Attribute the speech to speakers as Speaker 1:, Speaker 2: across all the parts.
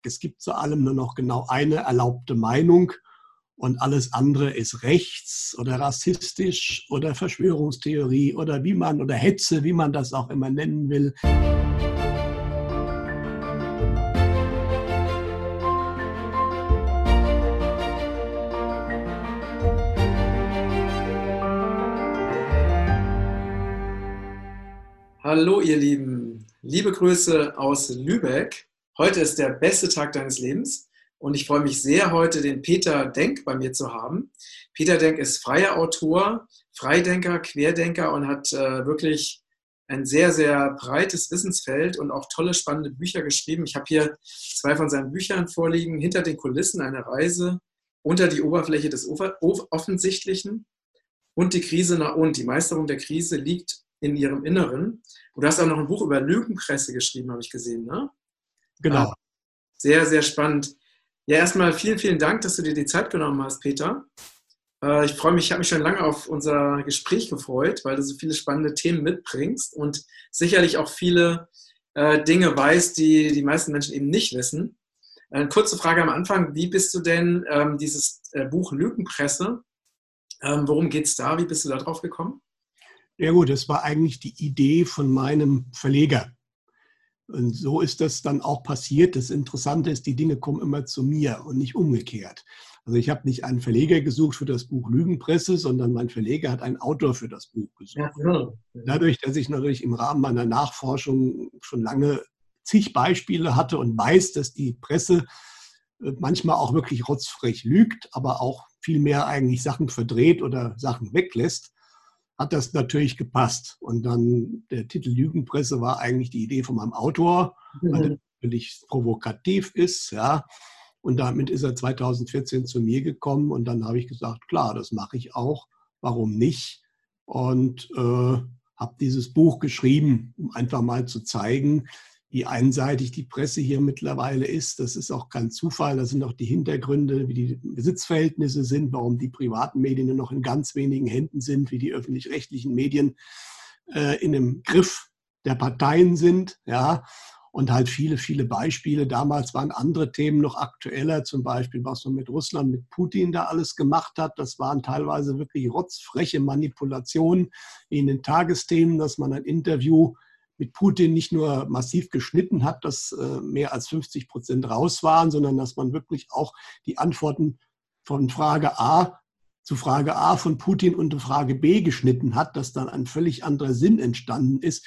Speaker 1: Es gibt zu allem nur noch genau eine erlaubte Meinung und alles andere ist rechts oder rassistisch oder Verschwörungstheorie oder Hetze, wie man das auch immer nennen will.
Speaker 2: Hallo ihr Lieben, liebe Grüße aus Lübeck. Heute ist der beste Tag deines Lebens und ich freue mich sehr, heute den Peter Denk bei mir zu haben. Peter Denk ist freier Autor, Freidenker, Querdenker und hat wirklich ein sehr, sehr breites Wissensfeld und auch tolle, spannende Bücher geschrieben. Ich habe hier 2 von seinen Büchern vorliegen, Hinter den Kulissen, eine Reise unter die Oberfläche des Offensichtlichen und die Krise nach unten. Die Meisterung der Krise liegt in ihrem Inneren. Und du hast auch noch ein Buch über Lügenpresse geschrieben, habe ich gesehen, ne?
Speaker 1: Genau.
Speaker 2: Sehr, sehr spannend. Ja, erstmal vielen, vielen Dank, dass du dir die Zeit genommen hast, Peter. Ich freue mich, ich habe mich schon lange auf unser Gespräch gefreut, weil du so viele spannende Themen mitbringst und sicherlich auch viele Dinge weißt, die die meisten Menschen eben nicht wissen. Eine kurze Frage am Anfang, wie bist du denn dieses Buch Lügenpresse, worum geht es da? Wie bist du da drauf gekommen?
Speaker 1: Ja gut, das war eigentlich die Idee von meinem Verleger. Und so ist das dann auch passiert. Das Interessante ist, die Dinge kommen immer zu mir und nicht umgekehrt. Also ich habe nicht einen Verleger gesucht für das Buch Lügenpresse, sondern mein Verleger hat einen Autor für das Buch gesucht.
Speaker 2: Ja, genau.
Speaker 1: Dadurch, dass ich natürlich im Rahmen meiner Nachforschung schon lange zig Beispiele hatte und weiß, dass die Presse manchmal auch wirklich rotzfrech lügt, aber auch viel mehr eigentlich Sachen verdreht oder Sachen weglässt, hat das natürlich gepasst. Und dann der Titel Lügenpresse war eigentlich die Idee von meinem Autor, weil der natürlich provokativ ist, ja. Und damit ist er 2014 zu mir gekommen und dann habe ich gesagt, klar, das mache ich auch, warum nicht? Und habe dieses Buch geschrieben, um einfach mal zu zeigen, wie einseitig die Presse hier mittlerweile ist. Das ist auch kein Zufall, das sind auch die Hintergründe, wie die Besitzverhältnisse sind, warum die privaten Medien nur noch in ganz wenigen Händen sind, wie die öffentlich-rechtlichen Medien in dem Griff der Parteien sind, ja. Und halt viele, viele Beispiele. Damals waren andere Themen noch aktueller, zum Beispiel, was man mit Russland, mit Putin da alles gemacht hat. Das waren teilweise wirklich rotzfreche Manipulationen wie in den Tagesthemen, dass man ein Interview mit Putin nicht nur massiv geschnitten hat, dass mehr als 50% raus waren, sondern dass man wirklich auch die Antworten von Frage A zu Frage A von Putin und Frage B geschnitten hat, dass dann ein völlig anderer Sinn entstanden ist.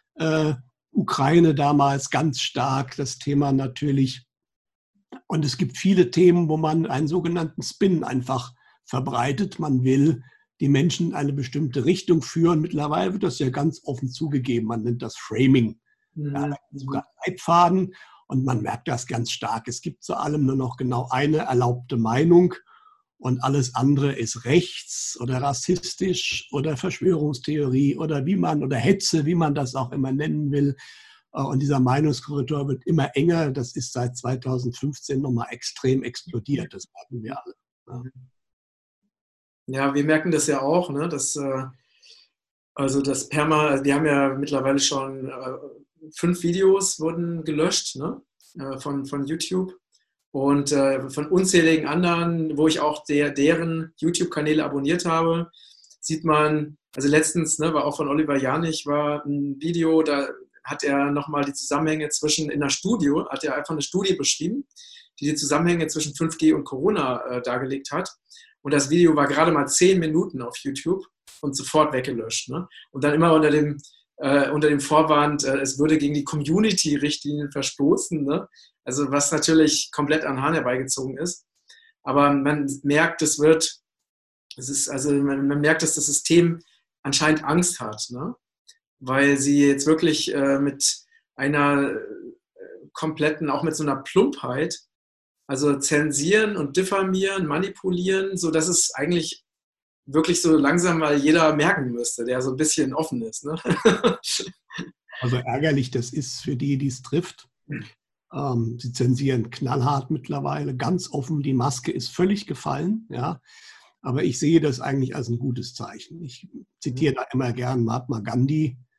Speaker 1: Ukraine damals ganz stark, das Thema natürlich. Und es gibt viele Themen, wo man einen sogenannten Spin einfach verbreitet. Man will die Menschen in eine bestimmte Richtung führen. Mittlerweile wird das ja ganz offen zugegeben. Man nennt das Framing. Ja, da gibt es sogar Leitfaden und man merkt das ganz stark. Es gibt zu allem nur noch genau eine erlaubte Meinung und alles andere ist rechts oder rassistisch oder Verschwörungstheorie oder Hetze, wie man das auch immer nennen will. Und dieser Meinungskorridor wird immer enger. Das ist seit 2015 nochmal extrem explodiert. Das merken wir alle. Ja.
Speaker 2: Ja, wir merken das ja auch, ne? Also wir haben ja mittlerweile schon 5 Videos wurden gelöscht, ne? Von YouTube und von unzähligen anderen, wo ich auch deren YouTube-Kanäle abonniert habe, sieht man, also letztens, ne, war auch von Oliver Janich, war ein Video, da hat er nochmal die Zusammenhänge hat er einfach eine Studie beschrieben, die Zusammenhänge zwischen 5G und Corona dargelegt hat. Und das Video war gerade mal 10 Minuten auf YouTube und sofort weggelöscht. Ne? Und dann immer unter dem Vorwand, es würde gegen die Community-Richtlinien verstoßen. Ne? Also was natürlich komplett an den Haaren herbeigezogen ist. Aber man merkt, man merkt, dass das System anscheinend Angst hat, ne? Weil sie jetzt wirklich mit einer kompletten, auch mit so einer Plumpheit, also zensieren und diffamieren, manipulieren, sodass es eigentlich wirklich so langsam mal jeder merken müsste, der so ein bisschen offen ist. Ne?
Speaker 1: Also ärgerlich, das ist für die, die es trifft. Sie zensieren knallhart mittlerweile, ganz offen. Die Maske ist völlig gefallen. Ja. Aber ich sehe das eigentlich als ein gutes Zeichen. Ich zitiere da immer gern Mahatma Gandhi,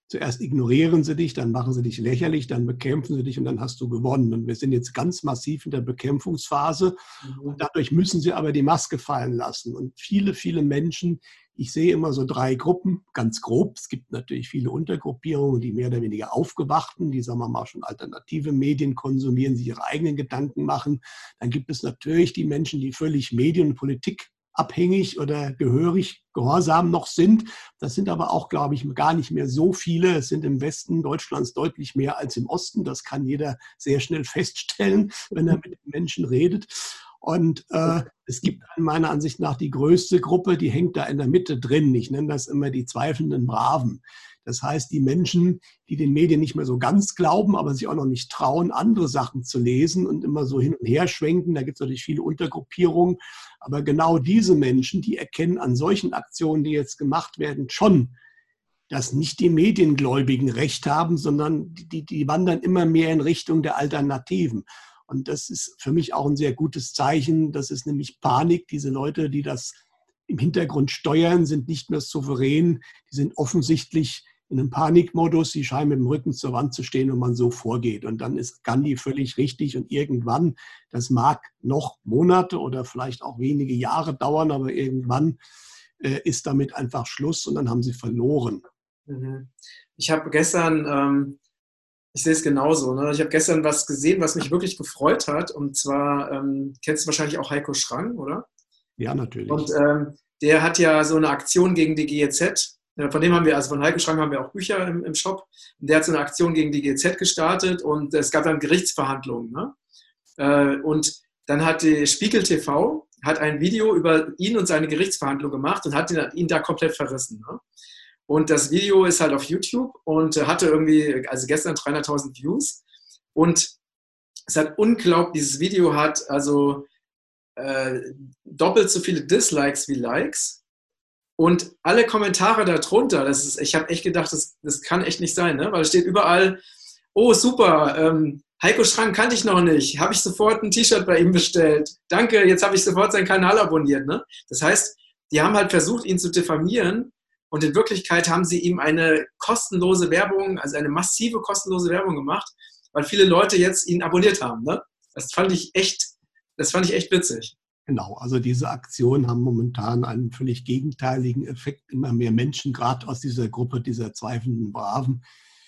Speaker 1: Zuerst ignorieren sie dich, dann machen sie dich lächerlich, dann bekämpfen sie dich und dann hast du gewonnen. Und wir sind jetzt ganz massiv in der Bekämpfungsphase. Und dadurch müssen sie aber die Maske fallen lassen. Und viele, viele Menschen, ich sehe immer so 3 Gruppen, ganz grob. Es gibt natürlich viele Untergruppierungen, die mehr oder weniger aufgewachten, die, sagen wir mal, schon alternative Medien konsumieren, sich ihre eigenen Gedanken machen. Dann gibt es natürlich die Menschen, die völlig Medien- und Politik abhängig oder gehorsam noch sind. Das sind aber auch, glaube ich, gar nicht mehr so viele. Es sind im Westen Deutschlands deutlich mehr als im Osten. Das kann jeder sehr schnell feststellen, wenn er mit den Menschen redet. Und es gibt meiner Ansicht nach die größte Gruppe, die hängt da in der Mitte drin. Ich nenne das immer die zweifelnden Braven. Das heißt, die Menschen, die den Medien nicht mehr so ganz glauben, aber sich auch noch nicht trauen, andere Sachen zu lesen und immer so hin und her schwenken. Da gibt es natürlich viele Untergruppierungen. Aber genau diese Menschen, die erkennen an solchen Aktionen, die jetzt gemacht werden, schon, dass nicht die Mediengläubigen recht haben, sondern die wandern immer mehr in Richtung der Alternativen. Und das ist für mich auch ein sehr gutes Zeichen. Das ist nämlich Panik. Diese Leute, die das im Hintergrund steuern, sind nicht mehr souverän. Die sind offensichtlich in einem Panikmodus. Sie scheinen mit dem Rücken zur Wand zu stehen, wenn man so vorgeht. Und dann ist Gandhi völlig richtig. Und irgendwann, das mag noch Monate oder vielleicht auch wenige Jahre dauern, aber irgendwann ist damit einfach Schluss und dann haben sie verloren.
Speaker 2: Ich habe gestern, ich sehe es genauso, ne? Ich habe gestern was gesehen, was mich wirklich gefreut hat. Und zwar, kennst du wahrscheinlich auch Heiko Schrang, oder?
Speaker 1: Ja, natürlich.
Speaker 2: Und der hat ja so eine Aktion gegen die GEZ. Von dem haben wir, also von Heiko Schrang haben wir auch Bücher im Shop. Und der hat so eine Aktion gegen die GEZ gestartet und es gab dann Gerichtsverhandlungen. Ne? Und dann hat die Spiegel TV hat ein Video über ihn und seine Gerichtsverhandlung gemacht und hat ihn da komplett verrissen. Ne? Und das Video ist halt auf YouTube und hatte irgendwie, also gestern 300.000 Views. Und es hat unglaublich, dieses Video hat also doppelt so viele Dislikes wie Likes. Und alle Kommentare darunter, ich habe echt gedacht, das kann echt nicht sein, ne? Weil es steht überall, oh super, Heiko Schrang kannte ich noch nicht, habe ich sofort ein T-Shirt bei ihm bestellt. Danke, jetzt habe ich sofort seinen Kanal abonniert. Ne? Das heißt, die haben halt versucht, ihn zu diffamieren und in Wirklichkeit haben sie ihm eine kostenlose Werbung, also eine massive kostenlose Werbung gemacht, weil viele Leute jetzt ihn abonniert haben. Ne? Das fand ich echt witzig.
Speaker 1: Genau, also diese Aktionen haben momentan einen völlig gegenteiligen Effekt. Immer mehr Menschen, gerade aus dieser Gruppe dieser zweifelnden Braven,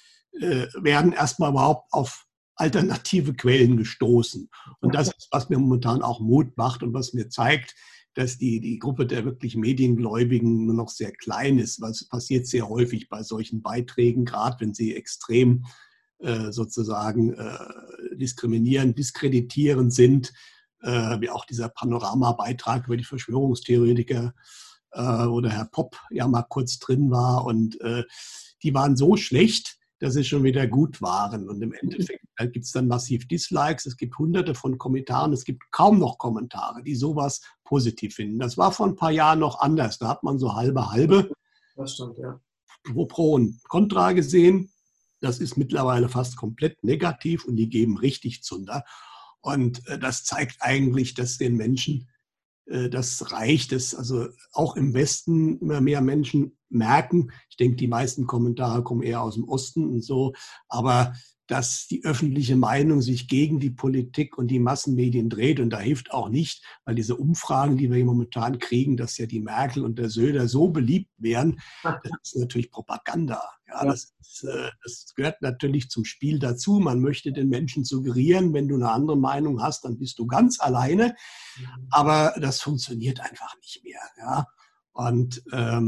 Speaker 1: werden erstmal überhaupt auf alternative Quellen gestoßen. Und das ist, was mir momentan auch Mut macht und was mir zeigt, dass die Gruppe der wirklich Mediengläubigen nur noch sehr klein ist. Was passiert sehr häufig bei solchen Beiträgen, gerade wenn sie extrem sozusagen diskriminierend, diskreditierend sind, wie auch dieser Panorama-Beitrag über die Verschwörungstheoretiker, wo der Herr Popp ja mal kurz drin war. Und die waren so schlecht, dass sie schon wieder gut waren. Und im Endeffekt gibt es dann massiv Dislikes, es gibt hunderte von Kommentaren, es gibt kaum noch Kommentare, die sowas positiv finden. Das war vor ein paar Jahren noch anders. Da hat man so halbe
Speaker 2: das stimmt, ja.
Speaker 1: Pro und Contra gesehen. Das ist mittlerweile fast komplett negativ und die geben richtig Zunder. Und das zeigt eigentlich, dass den Menschen das reicht, dass also auch im Westen immer mehr Menschen merken, ich denke, die meisten Kommentare kommen eher aus dem Osten und so, aber dass die öffentliche Meinung sich gegen die Politik und die Massenmedien dreht. Und da hilft auch nicht, weil diese Umfragen, die wir hier momentan kriegen, dass ja die Merkel und der Söder so beliebt wären, das ist natürlich Propaganda. Ja, das gehört natürlich zum Spiel dazu. Man möchte den Menschen suggerieren, wenn du eine andere Meinung hast, dann bist du ganz alleine. Aber das funktioniert einfach nicht mehr. Ja? Und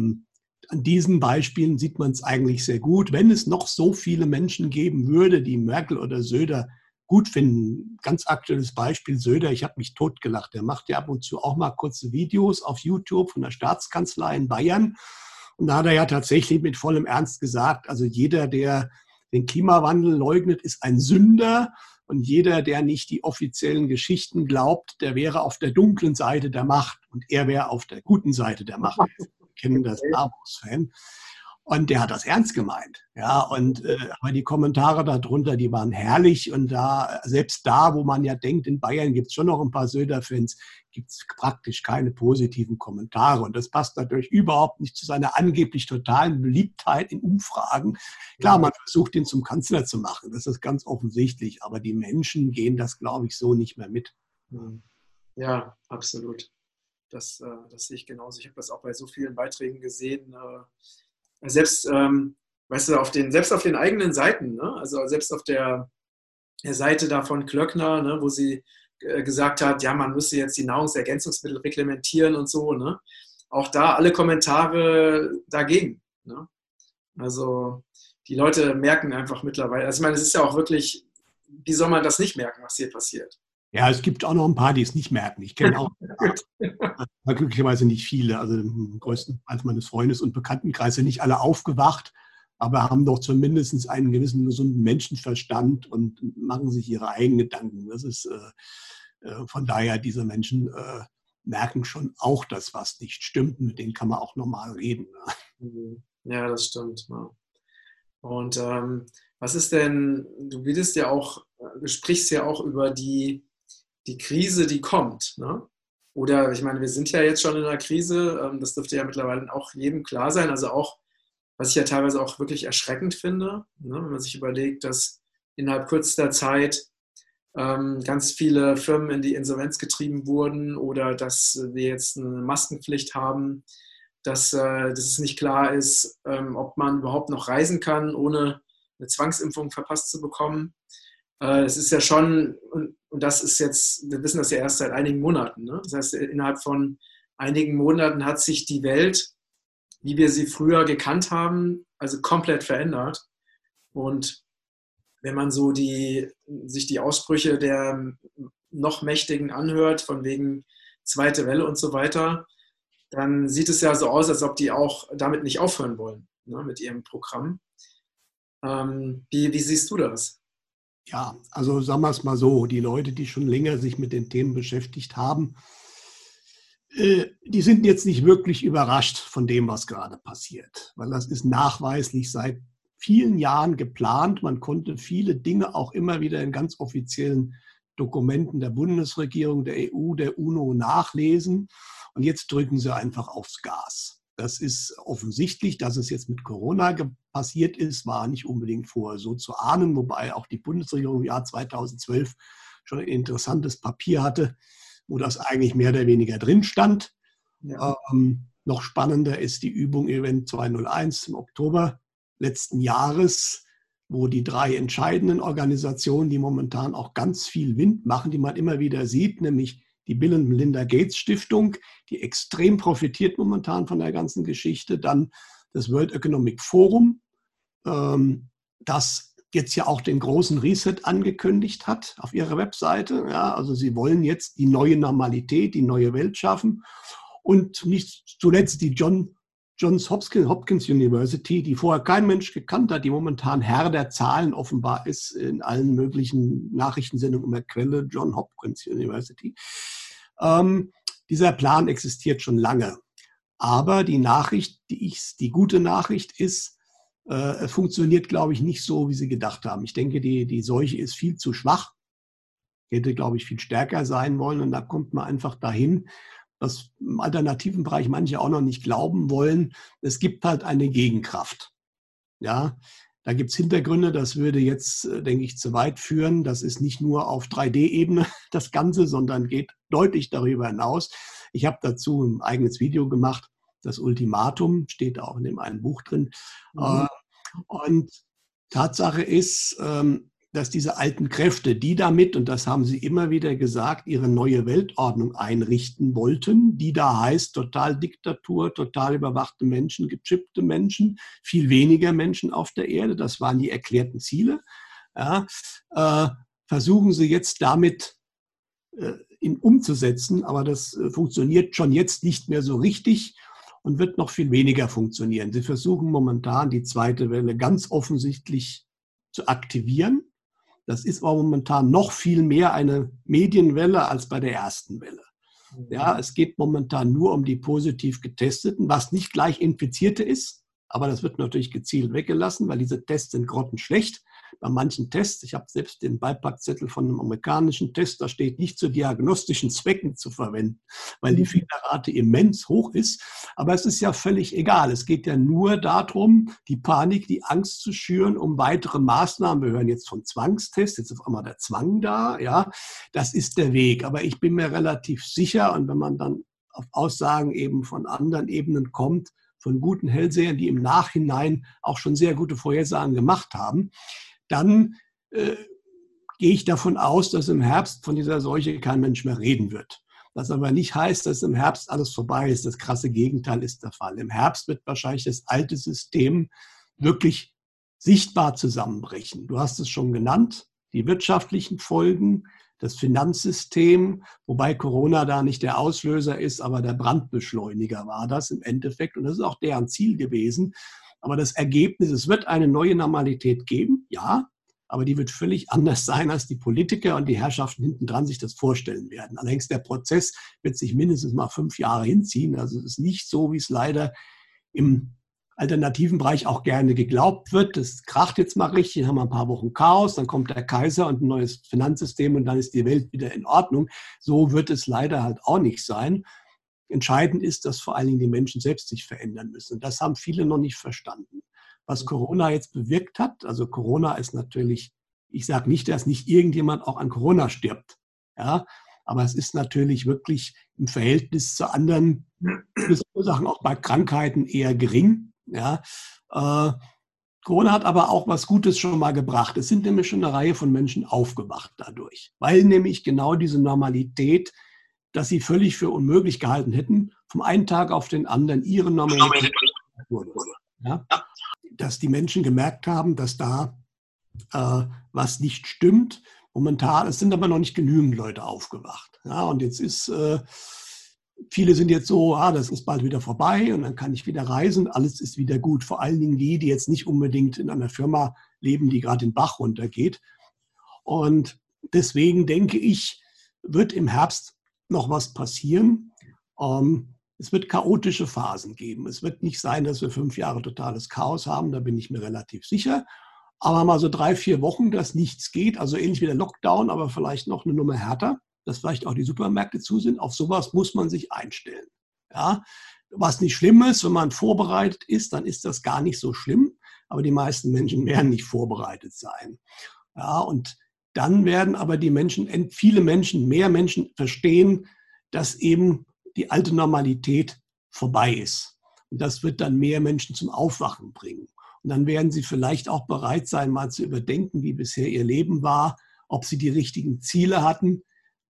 Speaker 1: an diesen Beispielen sieht man es eigentlich sehr gut. Wenn es noch so viele Menschen geben würde, die Merkel oder Söder gut finden, ganz aktuelles Beispiel Söder, ich habe mich totgelacht. Der macht ja ab und zu auch mal kurze Videos auf YouTube von der Staatskanzlei in Bayern. Und da hat er ja tatsächlich mit vollem Ernst gesagt, also jeder, der den Klimawandel leugnet, ist ein Sünder. Und jeder, der nicht die offiziellen Geschichten glaubt, der wäre auf der dunklen Seite der Macht. Und er wäre auf der guten Seite der Macht. Wir kennen das Davos-Fan. Und der hat das ernst gemeint. Ja, aber die Kommentare darunter, die waren herrlich. Und selbst da, wo man ja denkt, in Bayern gibt es schon noch ein paar Söder-Fans, gibt es praktisch keine positiven Kommentare. Und das passt natürlich überhaupt nicht zu seiner angeblich totalen Beliebtheit in Umfragen. Klar, man versucht, ihn zum Kanzler zu machen. Das ist ganz offensichtlich. Aber die Menschen gehen das, glaube ich, so nicht mehr mit.
Speaker 2: Ja, absolut. Das sehe ich genauso. Ich habe das auch bei so vielen Beiträgen gesehen. Selbst, weißt du, selbst auf den eigenen Seiten, ne? Also selbst auf der Seite da von Klöckner, ne, wo sie gesagt hat, ja, man müsse jetzt die Nahrungsergänzungsmittel reglementieren und so, ne? Auch da alle Kommentare dagegen, ne? Also die Leute merken einfach mittlerweile, also ich meine, es ist ja auch wirklich, wie soll man das nicht merken, was hier passiert?
Speaker 1: Ja, es gibt auch noch ein paar, die es nicht merken. Ich kenne auch glücklicherweise nicht viele. Also im größten Teil meines Freundes- und Bekanntenkreises sind nicht alle aufgewacht, aber haben doch zumindest einen gewissen gesunden Menschenverstand und machen sich ihre eigenen Gedanken. Das ist von daher, diese Menschen merken schon auch, dass was nicht stimmt. Mit denen kann man auch normal reden.
Speaker 2: Ja, das stimmt. Ja. Und was ist denn, du sprichst ja auch über die Krise, die kommt, ne? Oder ich meine, wir sind ja jetzt schon in einer Krise, das dürfte ja mittlerweile auch jedem klar sein, also auch, was ich ja teilweise auch wirklich erschreckend finde, ne? Wenn man sich überlegt, dass innerhalb kürzester Zeit ganz viele Firmen in die Insolvenz getrieben wurden oder dass wir jetzt eine Maskenpflicht haben, dass es nicht klar ist, ob man überhaupt noch reisen kann, ohne eine Zwangsimpfung verpasst zu bekommen. Es ist ja schon, und das ist jetzt, wir wissen das ja erst seit einigen Monaten, ne? Das heißt, innerhalb von einigen Monaten hat sich die Welt, wie wir sie früher gekannt haben, also komplett verändert. Und wenn man so sich die Aussprüche der noch Mächtigen anhört, von wegen zweite Welle und so weiter, dann sieht es ja so aus, als ob die auch damit nicht aufhören wollen, ne, mit ihrem Programm. Wie siehst du das?
Speaker 1: Ja, also sagen wir es mal so, die Leute, die schon länger sich mit den Themen beschäftigt haben, die sind jetzt nicht wirklich überrascht von dem, was gerade passiert, weil das ist nachweislich seit vielen Jahren geplant. Man konnte viele Dinge auch immer wieder in ganz offiziellen Dokumenten der Bundesregierung, der EU, der UNO nachlesen. Und jetzt drücken sie einfach aufs Gas. Das ist offensichtlich, dass es jetzt mit Corona passiert ist, war nicht unbedingt vorher so zu ahnen, wobei auch die Bundesregierung im Jahr 2012 schon ein interessantes Papier hatte, wo das eigentlich mehr oder weniger drin stand. Ja. Noch spannender ist die Übung Event 201 im Oktober letzten Jahres, wo die 3 entscheidenden Organisationen, die momentan auch ganz viel Wind machen, die man immer wieder sieht, nämlich die Bill und Melinda Gates Stiftung, die extrem profitiert momentan von der ganzen Geschichte. Dann das World Economic Forum, das jetzt ja auch den großen Reset angekündigt hat auf ihrer Webseite. Ja, also sie wollen jetzt die neue Normalität, die neue Welt schaffen. Und nicht zuletzt die Johns Hopkins University, die vorher kein Mensch gekannt hat, die momentan Herr der Zahlen offenbar ist, in allen möglichen Nachrichtensendungen immer Quelle, John Hopkins University. Dieser Plan existiert schon lange. Aber die Nachricht, die gute Nachricht ist, funktioniert, glaube ich, nicht so, wie sie gedacht haben. Ich denke, die Seuche ist viel zu schwach. Hätte, glaube ich, viel stärker sein wollen. Und da kommt man einfach dahin, was im alternativen Bereich manche auch noch nicht glauben wollen. Es gibt halt eine Gegenkraft. Ja, da gibt es Hintergründe, das würde jetzt, denke ich, zu weit führen. Das ist nicht nur auf 3D-Ebene das Ganze, sondern geht deutlich darüber hinaus. Ich habe dazu ein eigenes Video gemacht. Das Ultimatum steht auch in dem einen Buch drin. Und Tatsache ist, dass diese alten Kräfte, die damit, und das haben sie immer wieder gesagt, ihre neue Weltordnung einrichten wollten, die da heißt Totaldiktatur, total überwachte Menschen, gechippte Menschen, viel weniger Menschen auf der Erde, das waren die erklärten Ziele, ja, versuchen sie jetzt damit umzusetzen, aber das funktioniert schon jetzt nicht mehr so richtig und wird noch viel weniger funktionieren. Sie versuchen momentan die zweite Welle ganz offensichtlich zu aktivieren. Das ist aber momentan noch viel mehr eine Medienwelle als bei der ersten Welle. Ja, es geht momentan nur um die positiv Getesteten, was nicht gleich Infizierte ist. aber das wird natürlich gezielt weggelassen, weil diese Tests sind grottenschlecht. Bei manchen Tests, ich habe selbst den Beipackzettel von einem amerikanischen Test, da steht nicht zu diagnostischen Zwecken zu verwenden, weil die Fehlerrate immens hoch ist. Aber es ist ja völlig egal. Es geht ja nur darum, die Panik, die Angst zu schüren, um weitere Maßnahmen. Wir hören jetzt von Zwangstests, jetzt ist auf einmal der Zwang da. Ja, das ist der Weg. Aber ich bin mir relativ sicher, und wenn man dann auf Aussagen eben von anderen Ebenen kommt, von guten Hellsehern, die im Nachhinein auch schon sehr gute Vorhersagen gemacht haben, dann gehe ich davon aus, dass im Herbst von dieser Seuche kein Mensch mehr reden wird. Was aber nicht heißt, dass im Herbst alles vorbei ist. Das krasse Gegenteil ist der Fall. Im Herbst wird wahrscheinlich das alte System wirklich sichtbar zusammenbrechen. Du hast es schon genannt, die wirtschaftlichen Folgen, das Finanzsystem, wobei Corona da nicht der Auslöser ist, aber der Brandbeschleuniger war das im Endeffekt. Und das ist auch deren Ziel gewesen. Aber das Ergebnis, es wird eine neue Normalität geben, ja, aber die wird völlig anders sein, als die Politiker und die Herrschaften hinten dran sich das vorstellen werden. Allerdings der Prozess wird sich mindestens mal 5 Jahre hinziehen. Also es ist nicht so, wie es leider im alternativen Bereich auch gerne geglaubt wird. Das kracht jetzt mal richtig, dann haben wir ein paar Wochen Chaos, dann kommt der Kaiser und ein neues Finanzsystem und dann ist die Welt wieder in Ordnung. So wird es leider halt auch nicht sein. Entscheidend ist, dass vor allen Dingen die Menschen selbst sich verändern müssen. Und das haben viele noch nicht verstanden. Was Corona jetzt bewirkt hat, also Corona ist natürlich, ich sage nicht, dass nicht irgendjemand auch an Corona stirbt. Ja, aber es ist natürlich wirklich im Verhältnis zu anderen Ursachen auch bei Krankheiten eher gering. Ja, Corona hat aber auch was Gutes schon mal gebracht. Es sind nämlich schon eine Reihe von Menschen aufgewacht dadurch, weil nämlich genau diese Normalität, dass sie völlig für unmöglich gehalten hätten, vom einen Tag auf den anderen ihre Normalität wurde. Ja? Dass die Menschen gemerkt haben, dass da was nicht stimmt. Momentan, es sind aber noch nicht genügend Leute aufgewacht. Ja? Und jetzt ist, viele sind jetzt so, das ist bald wieder vorbei und dann kann ich wieder reisen, alles ist wieder gut. Vor allen Dingen die jetzt nicht unbedingt in einer Firma leben, die gerade den Bach runtergeht. Und deswegen denke ich, wird im Herbst noch was passieren. Es wird chaotische Phasen geben. Es wird nicht sein, dass wir 5 Jahre totales Chaos haben, da bin ich mir relativ sicher. Aber mal so 3, 4 Wochen, dass nichts geht, also ähnlich wie der Lockdown, aber vielleicht noch eine Nummer härter, dass vielleicht auch die Supermärkte zu sind. Auf sowas muss man sich einstellen. Ja? Was nicht schlimm ist, wenn man vorbereitet ist, dann ist das gar nicht so schlimm. Aber die meisten Menschen werden nicht vorbereitet sein. Ja, und dann werden aber die Menschen, viele Menschen, mehr Menschen verstehen, dass eben die alte Normalität vorbei ist. Und das wird dann mehr Menschen zum Aufwachen bringen. Und dann werden sie vielleicht auch bereit sein, mal zu überdenken, wie bisher ihr Leben war, ob sie die richtigen Ziele hatten,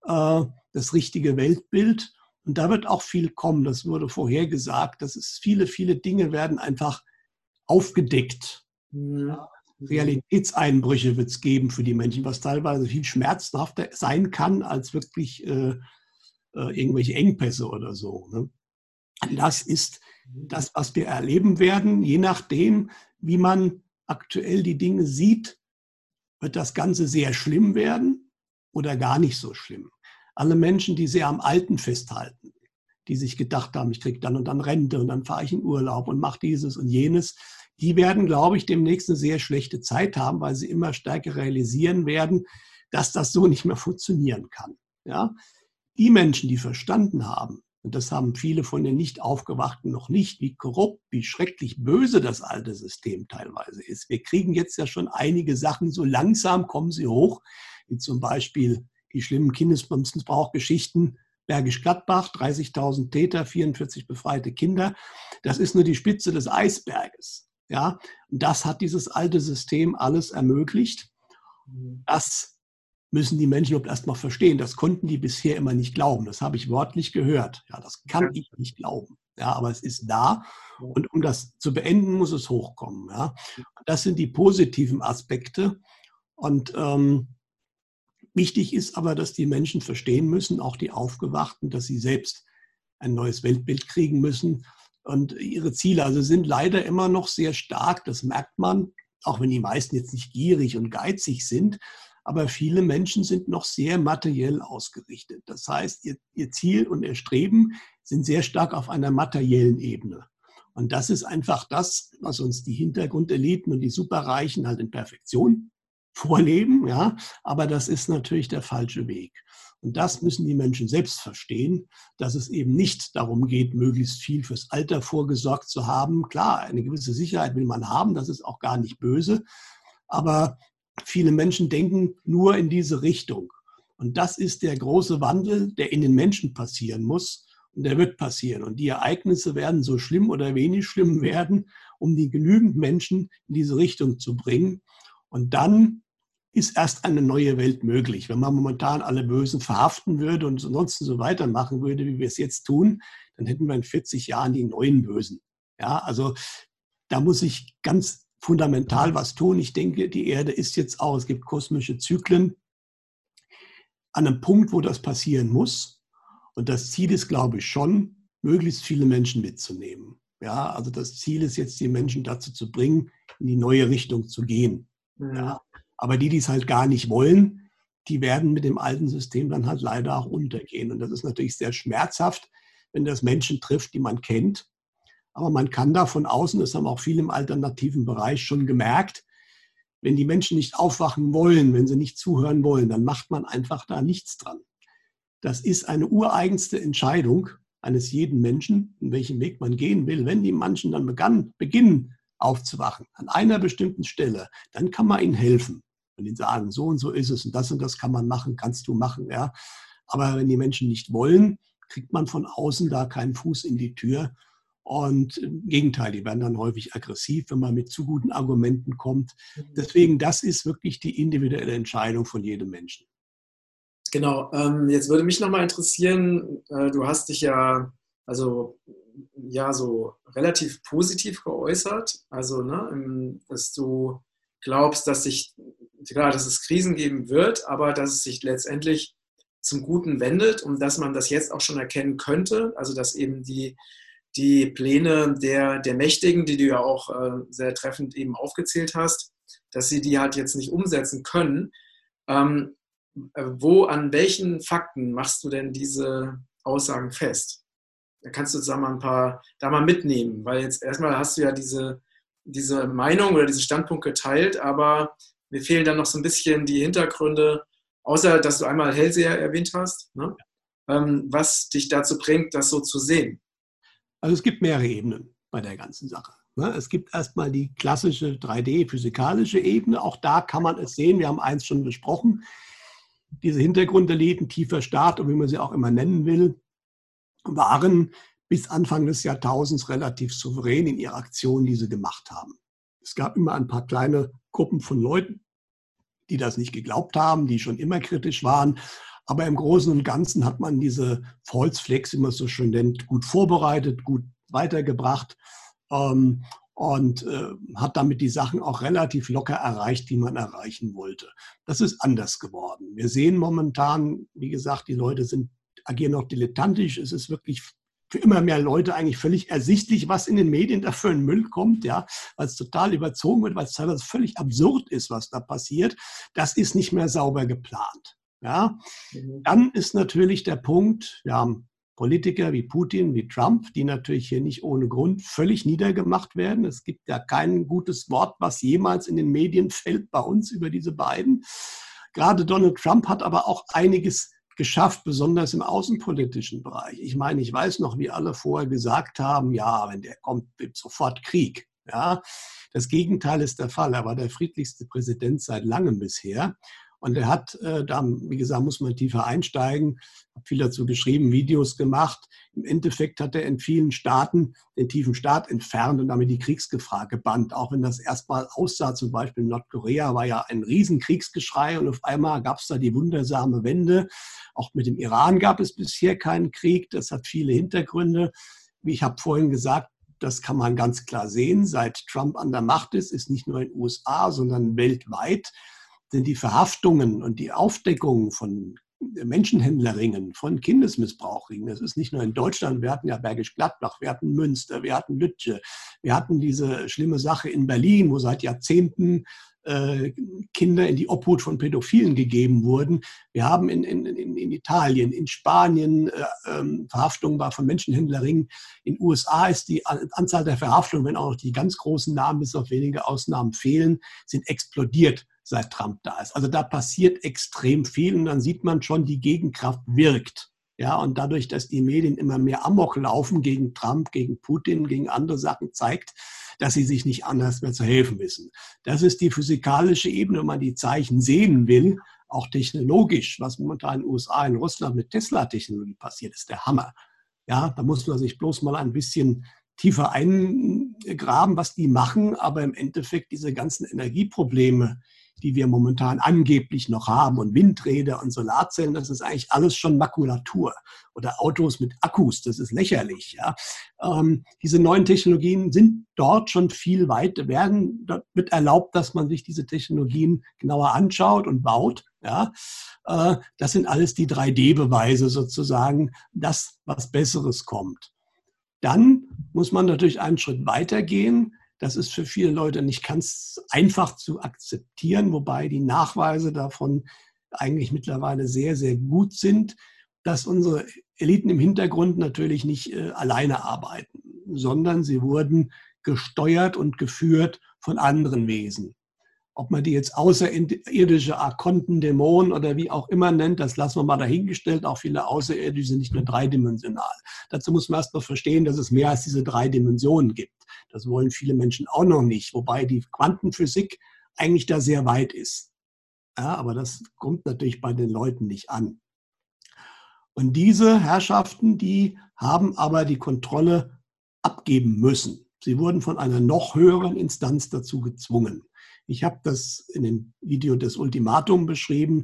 Speaker 1: das richtige Weltbild. Und da wird auch viel kommen. Das wurde vorher gesagt. Das ist viele, viele Dinge werden einfach aufgedeckt. Ja. Realitätseinbrüche wird es geben für die Menschen, was teilweise viel schmerzhafter sein kann als wirklich irgendwelche Engpässe oder so. Ne? Das ist das, was wir erleben werden. Je nachdem, wie man aktuell die Dinge sieht, wird das Ganze sehr schlimm werden oder gar nicht so schlimm. Alle Menschen, die sehr am Alten festhalten, die sich gedacht haben, ich kriege dann und dann Rente und dann fahre ich in Urlaub und mache dieses und jenes, die werden, glaube ich, demnächst eine sehr schlechte Zeit haben, weil sie immer stärker realisieren werden, dass das so nicht mehr funktionieren kann. Ja? Die Menschen, die verstanden haben, und das haben viele von den Nicht-Aufgewachten noch nicht, wie korrupt, wie schrecklich böse das alte System teilweise ist. Wir kriegen jetzt ja schon einige Sachen, so langsam kommen sie hoch, wie zum Beispiel die schlimmen Kindesmissbrauchgeschichten, Bergisch Gladbach, 30.000 Täter, 44 befreite Kinder. Das ist nur die Spitze des Eisberges. Ja? Und das hat dieses alte System alles ermöglicht. Das müssen die Menschen überhaupt erst mal verstehen. Das konnten die bisher immer nicht glauben. Das habe ich wörtlich gehört. Ja, das kann ich nicht glauben. Ja, aber es ist da. Und um das zu beenden, muss es hochkommen. Ja. Das sind die positiven Aspekte. Und wichtig ist aber, dass die Menschen verstehen müssen, auch die Aufgewachten, dass sie selbst ein neues Weltbild kriegen müssen. Und ihre Ziele also sind leider immer noch sehr stark. Das merkt man, auch wenn die meisten jetzt nicht gierig und geizig sind. Aber viele Menschen sind noch sehr materiell ausgerichtet. Das heißt, ihr Ziel und ihr Streben sind sehr stark auf einer materiellen Ebene. Und das ist einfach das, was uns die Hintergrundeliten und die Superreichen halt in Perfektion vorleben. Ja? Aber das ist natürlich der falsche Weg. Und das müssen die Menschen selbst verstehen, dass es eben nicht darum geht, möglichst viel fürs Alter vorgesorgt zu haben. Klar, eine gewisse Sicherheit will man haben, das ist auch gar nicht böse. Aber viele Menschen denken nur in diese Richtung. Und das ist der große Wandel, der in den Menschen passieren muss. Und der wird passieren. Und die Ereignisse werden so schlimm oder wenig schlimm werden, um die genügend Menschen in diese Richtung zu bringen. Und dann ist erst eine neue Welt möglich. Wenn man momentan alle Bösen verhaften würde und ansonsten so weitermachen würde, wie wir es jetzt tun, dann hätten wir in 40 Jahren die neuen Bösen. Ja, also da muss ich ganz fundamental was tun. Ich denke, die Erde ist jetzt auch, es gibt kosmische Zyklen, an einem Punkt, wo das passieren muss. Und das Ziel ist, glaube ich, schon, möglichst viele Menschen mitzunehmen. Ja, also das Ziel ist jetzt, die Menschen dazu zu bringen, in die neue Richtung zu gehen. Ja, aber die es halt gar nicht wollen, die werden mit dem alten System dann halt leider auch untergehen. Und das ist natürlich sehr schmerzhaft, wenn das Menschen trifft, die man kennt. Aber man kann da von außen, das haben auch viele im alternativen Bereich schon gemerkt, wenn die Menschen nicht aufwachen wollen, wenn sie nicht zuhören wollen, dann macht man einfach da nichts dran. Das ist eine ureigenste Entscheidung eines jeden Menschen, in welchem Weg man gehen will. Wenn die Menschen dann beginnen aufzuwachen, an einer bestimmten Stelle, dann kann man ihnen helfen und ihnen sagen, so und so ist es und das kann man machen, kannst du machen. Ja. Aber wenn die Menschen nicht wollen, kriegt man von außen da keinen Fuß in die Tür. Und im Gegenteil, die werden dann häufig aggressiv, wenn man mit zu guten Argumenten kommt. Deswegen, das ist wirklich die individuelle Entscheidung von jedem Menschen.
Speaker 2: Genau, jetzt würde mich nochmal interessieren, du hast dich ja, also ja, so relativ positiv geäußert, also ne, dass du glaubst, dass es Krisen geben wird, aber dass es sich letztendlich zum Guten wendet und dass man das jetzt auch schon erkennen könnte, also dass eben die Pläne der Mächtigen, die du ja auch sehr treffend eben aufgezählt hast, dass sie die halt jetzt nicht umsetzen können. An welchen Fakten machst du denn diese Aussagen fest? Da kannst du jetzt mal ein paar da mal mitnehmen, weil jetzt erstmal hast du ja diese Meinung oder diesen Standpunkt geteilt, aber mir fehlen dann noch so ein bisschen die Hintergründe, außer dass du einmal Hellseher erwähnt hast, ne? Was dich dazu bringt, das so zu sehen.
Speaker 1: Also es gibt mehrere Ebenen bei der ganzen Sache. Es gibt erstmal die klassische 3D-physikalische Ebene. Auch da kann man es sehen. Wir haben eins schon besprochen. Diese Hintergrundeliten, tiefer Staat, oder wie man sie auch immer nennen will, waren bis Anfang des Jahrtausends relativ souverän in ihrer Aktion, die sie gemacht haben. Es gab immer ein paar kleine Gruppen von Leuten, die das nicht geglaubt haben, die schon immer kritisch waren. Aber im Großen und Ganzen hat man diese False Flags, wie man es so schön nennt, gut vorbereitet, gut weitergebracht und hat damit die Sachen auch relativ locker erreicht, die man erreichen wollte. Das ist anders geworden. Wir sehen momentan, wie gesagt, die Leute agieren noch dilettantisch. Es ist wirklich für immer mehr Leute eigentlich völlig ersichtlich, was in den Medien da für ein Müll kommt, ja, weil es total überzogen wird, weil es teilweise völlig absurd ist, was da passiert. Das ist nicht mehr sauber geplant. Ja. Dann ist natürlich der Punkt, wir haben Politiker wie Putin, wie Trump, die natürlich hier nicht ohne Grund völlig niedergemacht werden. Es gibt ja kein gutes Wort, was jemals in den Medien fällt bei uns über diese beiden. Gerade Donald Trump hat aber auch einiges geschafft, besonders im außenpolitischen Bereich. Ich meine, ich weiß noch, wie alle vorher gesagt haben, ja, wenn der kommt, gibt es sofort Krieg. Ja, das Gegenteil ist der Fall. Er war der friedlichste Präsident seit langem bisher. Und er hat, da, wie gesagt, muss man tiefer einsteigen, hat viel dazu geschrieben, Videos gemacht. Im Endeffekt hat er in vielen Staaten den tiefen Staat entfernt und damit die Kriegsgefahr gebannt. Auch wenn das erstmal aussah, zum Beispiel in Nordkorea war ja ein Riesenkriegsgeschrei und auf einmal gab es da die wundersame Wende. Auch mit dem Iran gab es bisher keinen Krieg. Das hat viele Hintergründe. Wie ich habe vorhin gesagt, das kann man ganz klar sehen. Seit Trump an der Macht ist nicht nur in den USA, sondern weltweit sind die Verhaftungen und die Aufdeckungen von Menschenhändlerringen, von Kindesmissbrauchringen. Das ist nicht nur in Deutschland. Wir hatten ja Bergisch Gladbach, wir hatten Münster, wir hatten Lütje, wir hatten diese schlimme Sache in Berlin, wo seit Jahrzehnten Kinder in die Obhut von Pädophilen gegeben wurden. Wir haben in Italien, in Spanien Verhaftungen von Menschenhändlerringen. In den USA ist die Anzahl der Verhaftungen, wenn auch noch die ganz großen Namen bis auf wenige Ausnahmen fehlen, sind explodiert, seit Trump da ist. Also da passiert extrem viel und dann sieht man schon, die Gegenkraft wirkt. Ja, und dadurch, dass die Medien immer mehr Amok laufen gegen Trump, gegen Putin, gegen andere Sachen, zeigt, dass sie sich nicht anders mehr zu helfen wissen. Das ist die physikalische Ebene, wenn man die Zeichen sehen will, auch technologisch, was momentan in den USA, in Russland mit Tesla-Technologie passiert, ist der Hammer. Ja, da muss man sich bloß mal ein bisschen tiefer eingraben, was die machen, aber im Endeffekt diese ganzen Energieprobleme, die wir momentan angeblich noch haben und Windräder und Solarzellen, das ist eigentlich alles schon Makulatur. Oder Autos mit Akkus, das ist lächerlich. Ja. Diese neuen Technologien sind dort schon viel weiter, dort wird erlaubt, dass man sich diese Technologien genauer anschaut und baut. Ja. Das sind alles die 3D-Beweise sozusagen, dass was Besseres kommt. Dann muss man natürlich einen Schritt weiter gehen. Das ist für viele Leute nicht ganz einfach zu akzeptieren, wobei die Nachweise davon eigentlich mittlerweile sehr, sehr gut sind, dass unsere Eliten im Hintergrund natürlich nicht alleine arbeiten, sondern sie wurden gesteuert und geführt von anderen Wesen. Ob man die jetzt außerirdische Arkonten, Dämonen oder wie auch immer nennt, das lassen wir mal dahingestellt. Auch viele Außerirdische sind nicht nur dreidimensional. Dazu muss man erst mal verstehen, dass es mehr als diese 3 Dimensionen gibt. Das wollen viele Menschen auch noch nicht, wobei die Quantenphysik eigentlich da sehr weit ist. Ja, aber das kommt natürlich bei den Leuten nicht an. Und diese Herrschaften, die haben aber die Kontrolle abgeben müssen. Sie wurden von einer noch höheren Instanz dazu gezwungen. Ich habe das in dem Video des Ultimatum beschrieben,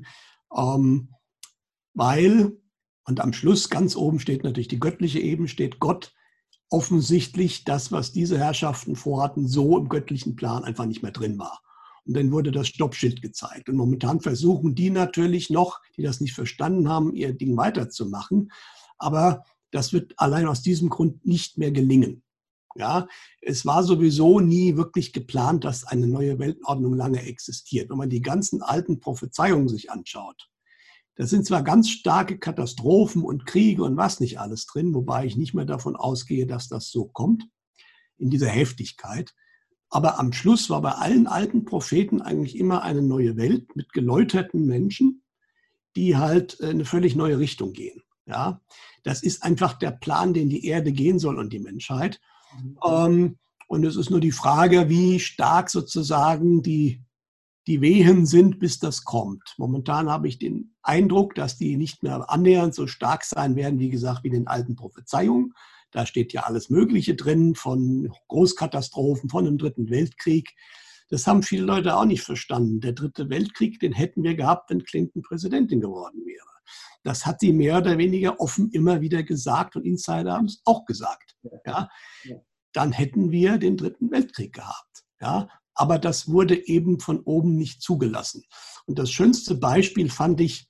Speaker 1: weil, und am Schluss ganz oben steht natürlich die göttliche Ebene, steht Gott, offensichtlich das, was diese Herrschaften vorhatten, so im göttlichen Plan einfach nicht mehr drin war. Und dann wurde das Stoppschild gezeigt. Und momentan versuchen die natürlich noch, die das nicht verstanden haben, ihr Ding weiterzumachen. Aber das wird allein aus diesem Grund nicht mehr gelingen. Ja, es war sowieso nie wirklich geplant, dass eine neue Weltordnung lange existiert. Wenn man die ganzen alten Prophezeiungen sich anschaut, da sind zwar ganz starke Katastrophen und Kriege und was nicht alles drin, wobei ich nicht mehr davon ausgehe, dass das so kommt, in dieser Heftigkeit. Aber am Schluss war bei allen alten Propheten eigentlich immer eine neue Welt mit geläuterten Menschen, die halt in eine völlig neue Richtung gehen. Ja, das ist einfach der Plan, den die Erde gehen soll und die Menschheit. Und es ist nur die Frage, wie stark sozusagen die Wehen sind, bis das kommt. Momentan habe ich den Eindruck, dass die nicht mehr annähernd so stark sein werden, wie gesagt, wie in den alten Prophezeiungen. Da steht ja alles Mögliche drin, von Großkatastrophen, von einem 3. Weltkrieg. Das haben viele Leute auch nicht verstanden. Der 3. Weltkrieg, den hätten wir gehabt, wenn Clinton Präsidentin geworden wäre. Das hat sie mehr oder weniger offen immer wieder gesagt und Insider haben es auch gesagt. Ja? Dann hätten wir den 3. Weltkrieg gehabt. Ja? Aber das wurde eben von oben nicht zugelassen. Und das schönste Beispiel fand ich,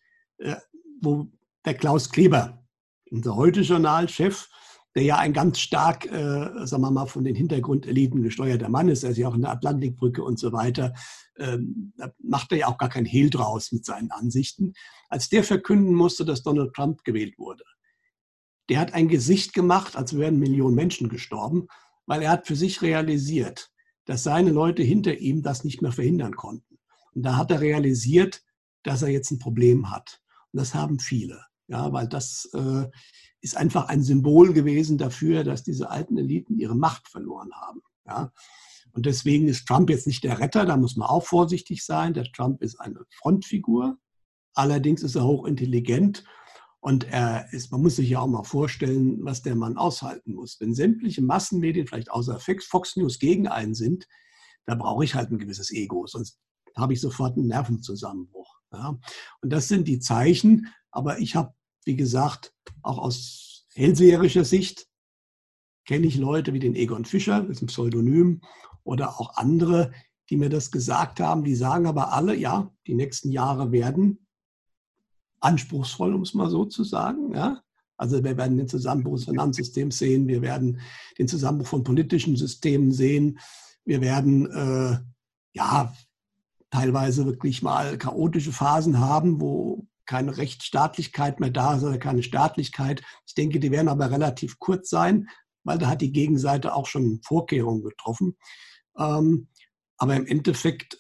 Speaker 1: wo der Klaus Kleber, unser Heute-Journal-Chef, der ja ein ganz stark, sagen wir mal, von den Hintergrundeliten gesteuerter Mann ist, er ist ja auch in der Atlantikbrücke und so weiter, da macht er ja auch gar kein Hehl draus mit seinen Ansichten. Als der verkünden musste, dass Donald Trump gewählt wurde, der hat ein Gesicht gemacht, als wären Millionen Menschen gestorben, weil er hat für sich realisiert, dass seine Leute hinter ihm das nicht mehr verhindern konnten. Und da hat er realisiert, dass er jetzt ein Problem hat. Und das haben viele, ja, weil das ist einfach ein Symbol gewesen dafür, dass diese alten Eliten ihre Macht verloren haben. Ja. Und deswegen ist Trump jetzt nicht der Retter, da muss man auch vorsichtig sein. Der Trump ist eine Frontfigur, allerdings ist er hochintelligent. Und man muss sich ja auch mal vorstellen, was der Mann aushalten muss. Wenn sämtliche Massenmedien, vielleicht außer Fox News, gegen einen sind, da brauche ich halt ein gewisses Ego, sonst habe ich sofort einen Nervenzusammenbruch. Ja. Und das sind die Zeichen, aber ich habe, wie gesagt, auch aus hellseherischer Sicht kenne ich Leute wie den Egon Fischer, das ist ein Pseudonym, oder auch andere, die mir das gesagt haben, die sagen aber alle, ja, die nächsten Jahre werden anspruchsvoll, um es mal so zu sagen. Ja? Also wir werden den Zusammenbruch des Finanzsystems sehen, wir werden den Zusammenbruch von politischen Systemen sehen, wir werden teilweise wirklich mal chaotische Phasen haben, wo keine Rechtsstaatlichkeit mehr da ist oder keine Staatlichkeit. Ich denke, die werden aber relativ kurz sein, weil da hat die Gegenseite auch schon Vorkehrungen getroffen. Aber im Endeffekt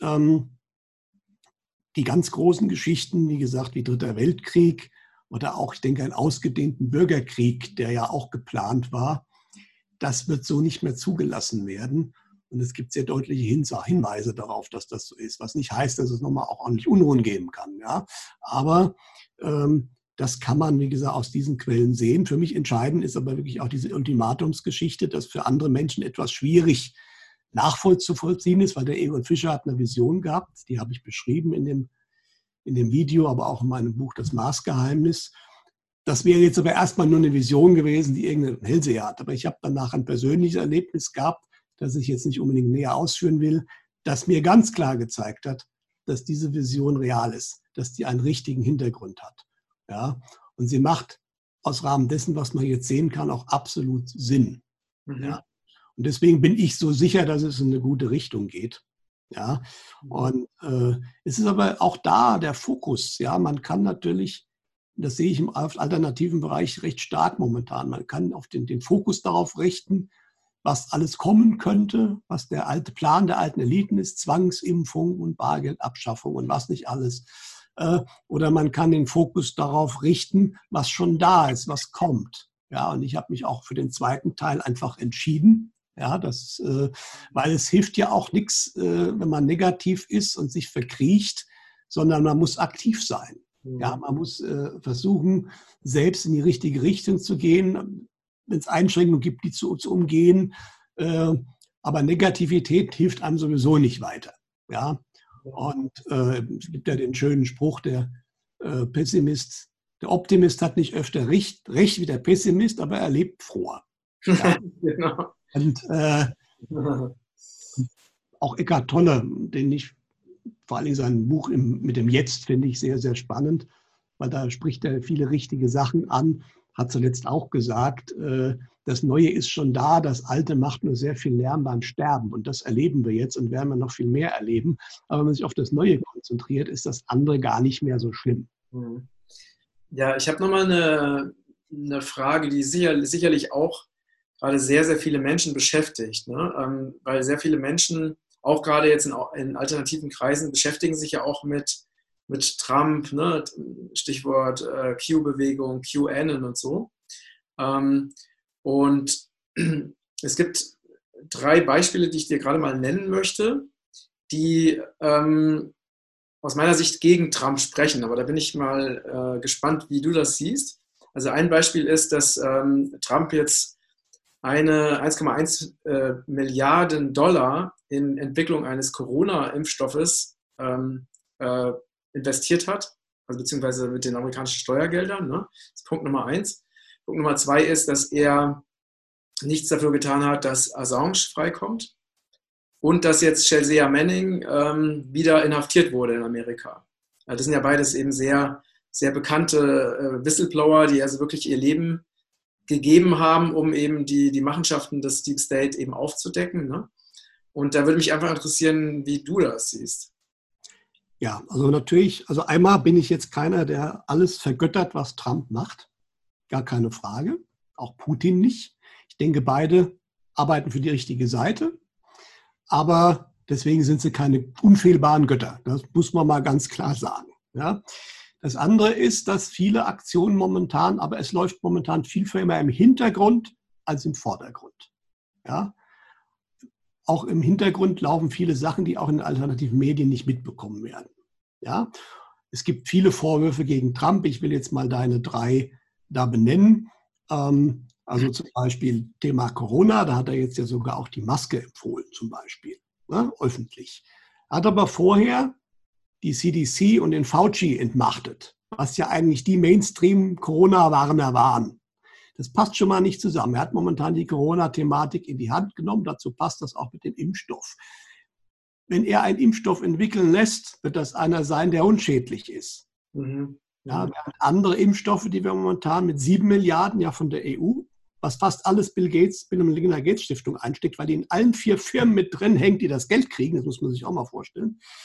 Speaker 1: die ganz großen Geschichten, wie gesagt, wie Dritter Weltkrieg oder auch, ich denke, einen ausgedehnten Bürgerkrieg, der ja auch geplant war, das wird so nicht mehr zugelassen werden. Und es gibt sehr deutliche Hinweise darauf, dass das so ist. Was nicht heißt, dass es nochmal auch ordentlich Unruhen geben kann. Ja? Aber das kann man, wie gesagt, aus diesen Quellen sehen. Für mich entscheidend ist aber wirklich auch diese Ultimatumsgeschichte, dass für andere Menschen etwas schwierig nachvollziehen ist, weil der Egon Fischer hat eine Vision gehabt, die habe ich beschrieben in dem Video, aber auch in meinem Buch Das Marsgeheimnis. Das wäre jetzt aber erstmal nur eine Vision gewesen, die irgendein Hellseher hat. Aber ich habe danach ein persönliches Erlebnis gehabt, das ich jetzt nicht unbedingt näher ausführen will, das mir ganz klar gezeigt hat, dass diese Vision real ist, dass die einen richtigen Hintergrund hat. Ja? Und sie macht aus Rahmen dessen, was man jetzt sehen kann, auch absolut Sinn. Mhm. Ja? Und deswegen bin ich so sicher, dass es in eine gute Richtung geht. Ja? Und es ist aber auch da der Fokus. Ja? Man kann natürlich, das sehe ich im alternativen Bereich recht stark momentan, man kann auf den Fokus darauf richten, was alles kommen könnte, was der alte Plan der alten Eliten ist, Zwangsimpfung und Bargeldabschaffung und was nicht alles. Oder man kann den Fokus darauf richten, was schon da ist, was kommt. Ja, und ich habe mich auch für den zweiten Teil einfach entschieden. Ja, weil es hilft ja auch nichts, wenn man negativ ist und sich verkriecht, sondern man muss aktiv sein. Ja, man muss versuchen, selbst in die richtige Richtung zu gehen, wenn es Einschränkungen gibt, die zu umgehen. Aber Negativität hilft einem sowieso nicht weiter. Ja? Und es gibt ja den schönen Spruch, der Optimist hat nicht öfter recht wie der Pessimist, aber er lebt froher. Ja? Genau. Und auch Eckhart Tolle, den ich vor allem sein Buch mit dem Jetzt finde ich sehr, sehr spannend, weil da spricht er viele richtige Sachen an. Hat zuletzt auch gesagt, das Neue ist schon da, das Alte macht nur sehr viel Lärm beim Sterben. Und das erleben wir jetzt und werden wir noch viel mehr erleben. Aber wenn man sich auf das Neue konzentriert, ist das andere gar nicht mehr so schlimm.
Speaker 2: Ja, ich habe nochmal eine Frage, die sicherlich auch gerade sehr, sehr viele Menschen beschäftigt. Ne? Weil sehr viele Menschen, auch gerade jetzt in alternativen Kreisen, beschäftigen sich ja auch mit Trump, ne? Stichwort Q-Bewegung, QAnon und so. Und es gibt 3 Beispiele, die ich dir gerade mal nennen möchte, die aus meiner Sicht gegen Trump sprechen. Aber da bin ich mal gespannt, wie du das siehst. Also ein Beispiel ist, dass Trump jetzt 1,1 Milliarden $, in Entwicklung eines Corona-Impfstoffes investiert hat, also beziehungsweise mit den amerikanischen Steuergeldern. Ne? Das ist Punkt Nummer 1. Punkt Nummer 2 ist, dass er nichts dafür getan hat, dass Assange freikommt und dass jetzt Chelsea Manning wieder inhaftiert wurde in Amerika. Also das sind ja beides eben sehr, sehr bekannte Whistleblower, die also wirklich ihr Leben gegeben haben, um eben die Machenschaften des Deep State eben aufzudecken. Ne? Und da würde mich einfach interessieren, wie du das siehst.
Speaker 1: Ja, also natürlich, also einmal bin ich jetzt keiner, der alles vergöttert, was Trump macht. Gar keine Frage. Auch Putin nicht. Ich denke, beide arbeiten für die richtige Seite. Aber deswegen sind sie keine unfehlbaren Götter. Das muss man mal ganz klar sagen. Ja. Das andere ist, dass viele Aktionen momentan, aber es läuft momentan viel mehr im Hintergrund als im Vordergrund. Ja. Auch im Hintergrund laufen viele Sachen, die auch in den alternativen Medien nicht mitbekommen werden. Ja? Es gibt viele Vorwürfe gegen Trump. Ich will jetzt mal deine 3 da benennen. Also zum Beispiel Thema Corona, da hat er jetzt ja sogar auch die Maske empfohlen, zum Beispiel, ne? Öffentlich. Er hat aber vorher die CDC und den Fauci entmachtet, was ja eigentlich die Mainstream-Corona-Warner waren. Das passt schon mal nicht zusammen. Er hat momentan die Corona-Thematik in die Hand genommen. Dazu passt das auch mit dem Impfstoff. Wenn er einen Impfstoff entwickeln lässt, wird das einer sein, der unschädlich ist. Mhm. Ja, wir haben andere Impfstoffe, die wir momentan mit 7 Milliarden ja von der EU, was fast alles Bill und Melinda Gates Stiftung einsteckt, weil die in allen 4 Firmen mit drin hängt, die das Geld kriegen. Das muss man sich auch mal vorstellen.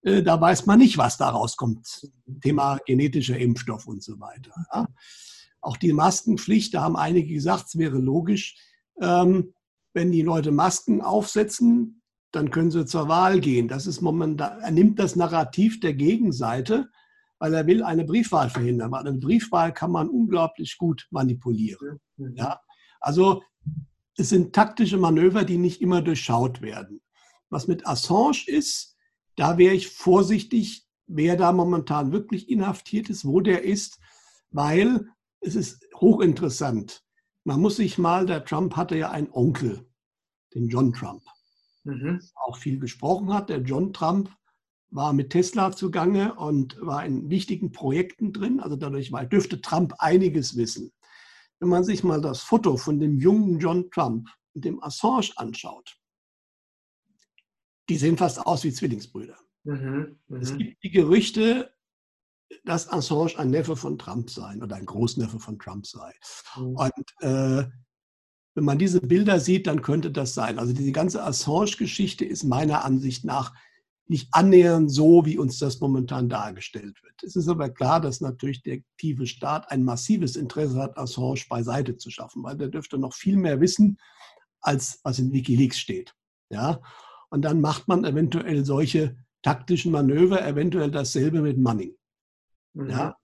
Speaker 1: Da weiß man nicht, was da rauskommt. Thema genetischer Impfstoff und so weiter. Ja. Auch die Maskenpflicht, da haben einige gesagt, es wäre logisch, wenn die Leute Masken aufsetzen, dann können sie zur Wahl gehen. Das ist momentan, er nimmt das Narrativ der Gegenseite, weil er will eine Briefwahl verhindern. Weil eine Briefwahl kann man unglaublich gut manipulieren. Ja? Also es sind taktische Manöver, die nicht immer durchschaut werden. Was mit Assange ist, da wäre ich vorsichtig, wer da momentan wirklich inhaftiert ist, wo der ist, weil es ist hochinteressant. Man muss sich mal, der Trump hatte ja einen Onkel, den John Trump, auch viel gesprochen hat. Der John Trump war mit Tesla zugange und war in wichtigen Projekten drin. Also dadurch dürfte Trump einiges wissen. Wenn man sich mal das Foto von dem jungen John Trump und dem Assange anschaut, die sehen fast aus wie Zwillingsbrüder. Es gibt die Gerüchte, dass Assange ein Neffe von Trump sei oder ein Großneffe von Trump sei. Und wenn man diese Bilder sieht, dann könnte das sein. Also diese ganze Assange-Geschichte ist meiner Ansicht nach nicht annähernd so, wie uns das momentan dargestellt wird. Es ist aber klar, dass natürlich der aktive Staat ein massives Interesse hat, Assange beiseite zu schaffen, weil der dürfte noch viel mehr wissen, als was in WikiLeaks steht. Ja? Und dann macht man eventuell solche taktischen Manöver, eventuell dasselbe mit Manning. Ja?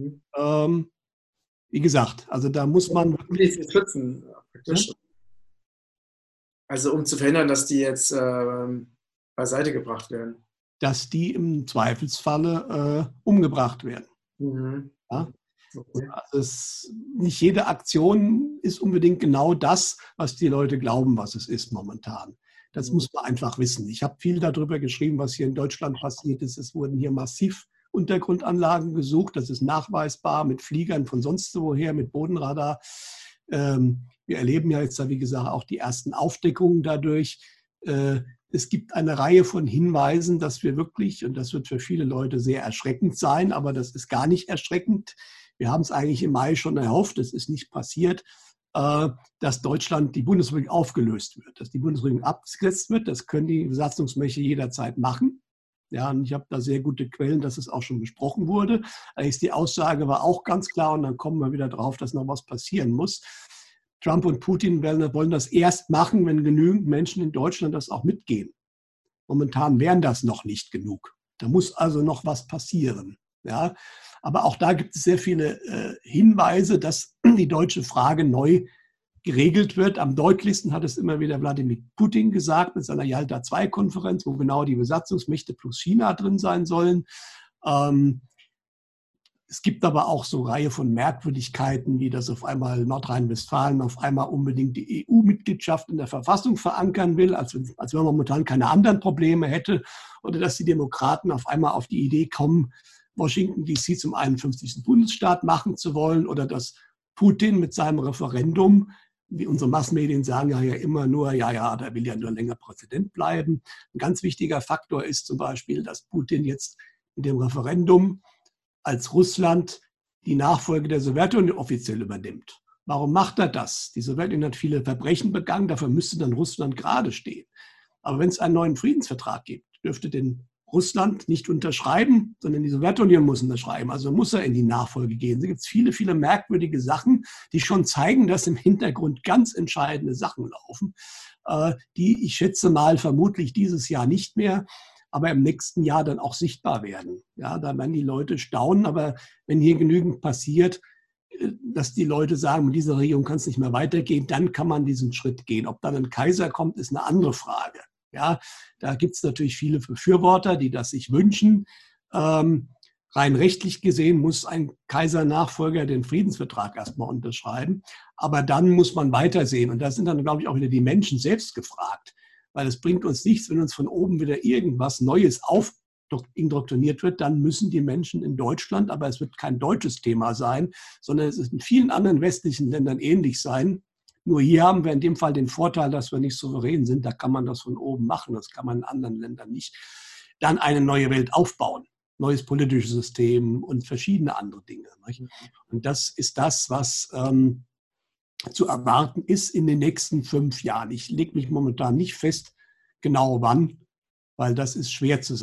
Speaker 1: Wie gesagt, also da muss man wirklich
Speaker 2: schützen. Also um zu verhindern, dass die jetzt beiseite gebracht werden.
Speaker 1: Dass die im Zweifelsfalle umgebracht werden. Ja? Okay. Also nicht jede Aktion ist unbedingt genau das, was die Leute glauben, was es ist momentan. Das muss man einfach wissen. Ich habe viel darüber geschrieben, was hier in Deutschland passiert ist. Es wurden hier massiv Untergrundanlagen gesucht. Das ist nachweisbar mit Fliegern von sonst woher, mit Bodenradar. Wir erleben ja jetzt, wie gesagt, auch die ersten Aufdeckungen dadurch. Es gibt eine Reihe von Hinweisen, dass wir wirklich, und das wird für viele Leute sehr erschreckend sein, aber das ist gar nicht erschreckend. Wir haben es eigentlich im Mai schon erhofft, es ist nicht passiert, dass Deutschland, die Bundesrepublik aufgelöst wird, dass die Bundesrepublik abgesetzt wird. Das können die Besatzungsmächte jederzeit machen. Ja, und ich habe da sehr gute Quellen, dass es auch schon besprochen wurde. Allerdings die Aussage war auch ganz klar, und dann kommen wir wieder drauf, dass noch was passieren muss. Trump und Putin wollen das erst machen, wenn genügend Menschen in Deutschland das auch mitgehen. Momentan wären das noch nicht genug. Da muss also noch was passieren. Ja? Aber auch da gibt es sehr viele Hinweise, dass die deutsche Frage neu geregelt wird. Am deutlichsten hat es immer wieder Wladimir Putin gesagt mit seiner Jalta-II-Konferenz, wo genau die Besatzungsmächte plus China drin sein sollen. Es gibt aber auch so eine Reihe von Merkwürdigkeiten, wie dass auf einmal Nordrhein-Westfalen auf einmal unbedingt die EU-Mitgliedschaft in der Verfassung verankern will, als wenn man momentan keine anderen Probleme hätte. Oder dass die Demokraten auf einmal auf die Idee kommen, Washington DC zum 51. Bundesstaat machen zu wollen. Oder dass Putin mit seinem Referendum, wie unsere Massenmedien sagen ja immer nur, ja, der will ja nur länger Präsident bleiben. Ein ganz wichtiger Faktor ist zum Beispiel, dass Putin jetzt mit dem Referendum als Russland die Nachfolge der Sowjetunion offiziell übernimmt. Warum macht er das? Die Sowjetunion hat viele Verbrechen begangen, dafür müsste dann Russland gerade stehen. Aber wenn es einen neuen Friedensvertrag gibt, dürfte den Russland nicht unterschreiben, sondern die Sowjetunion muss unterschreiben. Also muss er in die Nachfolge gehen. Da gibt es viele, viele merkwürdige Sachen, die schon zeigen, dass im Hintergrund ganz entscheidende Sachen laufen, die, ich schätze mal, vermutlich dieses Jahr nicht mehr, aber im nächsten Jahr dann auch sichtbar werden. Ja, da werden die Leute staunen, aber wenn hier genügend passiert, dass die Leute sagen, mit dieser Regierung kann es nicht mehr weitergehen, dann kann man diesen Schritt gehen. Ob dann ein Kaiser kommt, ist eine andere Frage. Ja, da gibt es natürlich viele Befürworter, die das sich wünschen. Rein rechtlich gesehen muss ein Kaisernachfolger den Friedensvertrag erstmal unterschreiben, aber dann muss man weitersehen. Und da sind dann, glaube ich, auch wieder die Menschen selbst gefragt. Weil es bringt uns nichts, wenn uns von oben wieder irgendwas Neues indoktriniert wird, dann müssen die Menschen in Deutschland, aber es wird kein deutsches Thema sein, sondern es ist in vielen anderen westlichen Ländern ähnlich sein. Nur hier haben wir in dem Fall den Vorteil, dass wir nicht souverän sind. Da kann man das von oben machen, das kann man in anderen Ländern nicht. Dann eine neue Welt aufbauen, neues politisches System und verschiedene andere Dinge. Und das ist das, was zu erwarten ist in den nächsten 5 Jahren. Ich lege mich momentan nicht fest, genau wann, weil das ist schwer zu sagen.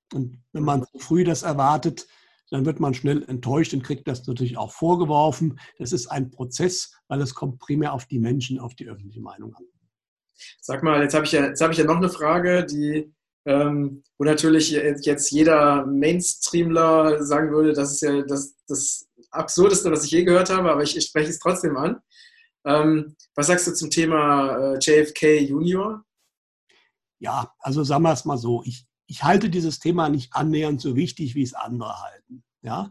Speaker 1: Und wenn man zu früh das erwartet, dann wird man schnell enttäuscht und kriegt das natürlich auch vorgeworfen. Das ist ein Prozess, weil es kommt primär auf die Menschen, auf die öffentliche Meinung an.
Speaker 2: Sag mal, jetzt hab ich ja noch eine Frage, wo natürlich jetzt jeder Mainstreamler sagen würde, das ist ja das Absurdeste, was ich je gehört habe, aber ich spreche es trotzdem an. Was sagst du zum Thema JFK Junior?
Speaker 1: Ja, also sagen wir es mal so, ich halte dieses Thema nicht annähernd so wichtig, wie es andere halten. Ja?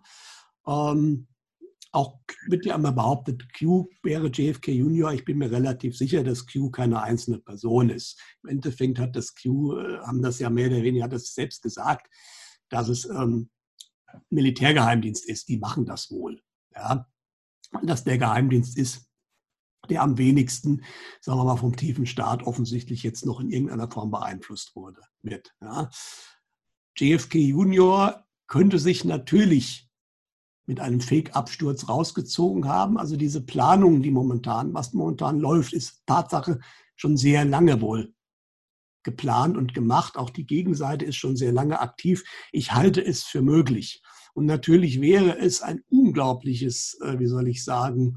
Speaker 1: Auch wird ja immer behauptet, Q wäre JFK Junior. Ich bin mir relativ sicher, dass Q keine einzelne Person ist. Im Endeffekt hat das Q, haben das ja mehr oder weniger, hat das selbst gesagt, dass es Militärgeheimdienst ist. Die machen das wohl. Ja? Und dass der Geheimdienst ist, der am wenigsten, sagen wir mal, vom tiefen Staat offensichtlich jetzt noch in irgendeiner Form beeinflusst wird. Ja. JFK Junior könnte sich natürlich mit einem Fake-Absturz rausgezogen haben. Also diese Planung, was momentan läuft, ist Tatsache schon sehr lange wohl geplant und gemacht. Auch die Gegenseite ist schon sehr lange aktiv. Ich halte es für möglich. Und natürlich wäre es ein unglaubliches, wie soll ich sagen,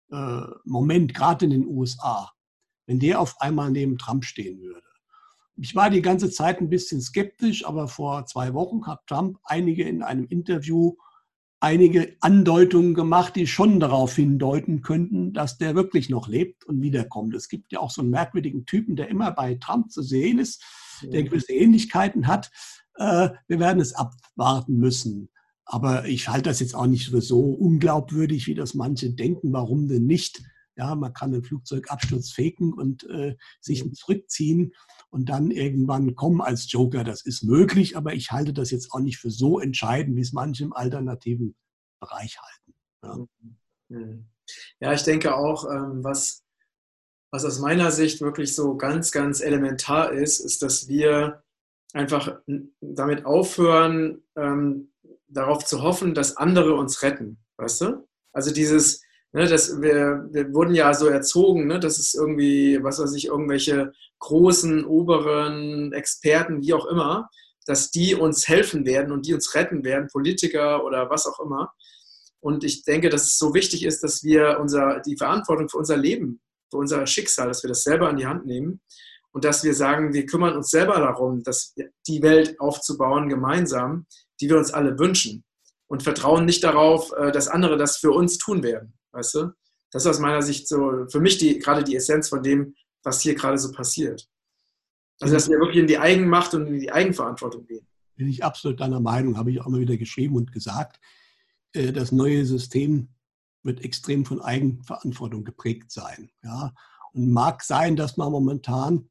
Speaker 1: Moment, gerade in den USA, wenn der auf einmal neben Trump stehen würde. Ich war die ganze Zeit ein bisschen skeptisch, aber vor 2 Wochen hat Trump in einem Interview einige Andeutungen gemacht, die schon darauf hindeuten könnten, dass der wirklich noch lebt und wiederkommt. Es gibt ja auch so einen merkwürdigen Typen, der immer bei Trump zu sehen ist, der gewisse Ähnlichkeiten hat. Wir werden es abwarten müssen. Aber ich halte das jetzt auch nicht für so unglaubwürdig, wie das manche denken. Warum denn nicht? Ja, man kann einen Flugzeugabsturz faken und sich zurückziehen und dann irgendwann kommen als Joker. Das ist möglich, aber ich halte das jetzt auch nicht für so entscheidend, wie es manche im alternativen Bereich halten.
Speaker 2: Ja, ja, ich denke auch, was aus meiner Sicht wirklich so ganz, ganz elementar ist, dass wir einfach damit aufhören, darauf zu hoffen, dass andere uns retten, weißt du? Also dieses, ne, wir wurden ja so erzogen, ne, dass es irgendwie, was weiß ich, irgendwelche großen, oberen Experten, wie auch immer, dass die uns helfen werden und die uns retten werden, Politiker oder was auch immer. Und ich denke, dass es so wichtig ist, dass wir die Verantwortung für unser Leben, für unser Schicksal, dass wir das selber in die Hand nehmen und dass wir sagen, wir kümmern uns selber darum, dass die Welt aufzubauen gemeinsam, die wir uns alle wünschen und vertrauen nicht darauf, dass andere das für uns tun werden, weißt du? Das ist aus meiner Sicht so für mich gerade die Essenz von dem, was hier gerade so passiert. Also dass wir wirklich in die Eigenmacht und in die Eigenverantwortung gehen.
Speaker 1: Bin ich absolut deiner Meinung, habe ich auch immer wieder geschrieben und gesagt. Das neue System wird extrem von Eigenverantwortung geprägt sein. Ja? Und mag sein, dass man momentan,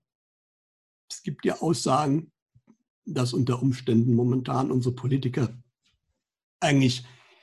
Speaker 1: es gibt ja Aussagen, dass unter Umständen momentan unsere Politiker eigentlich,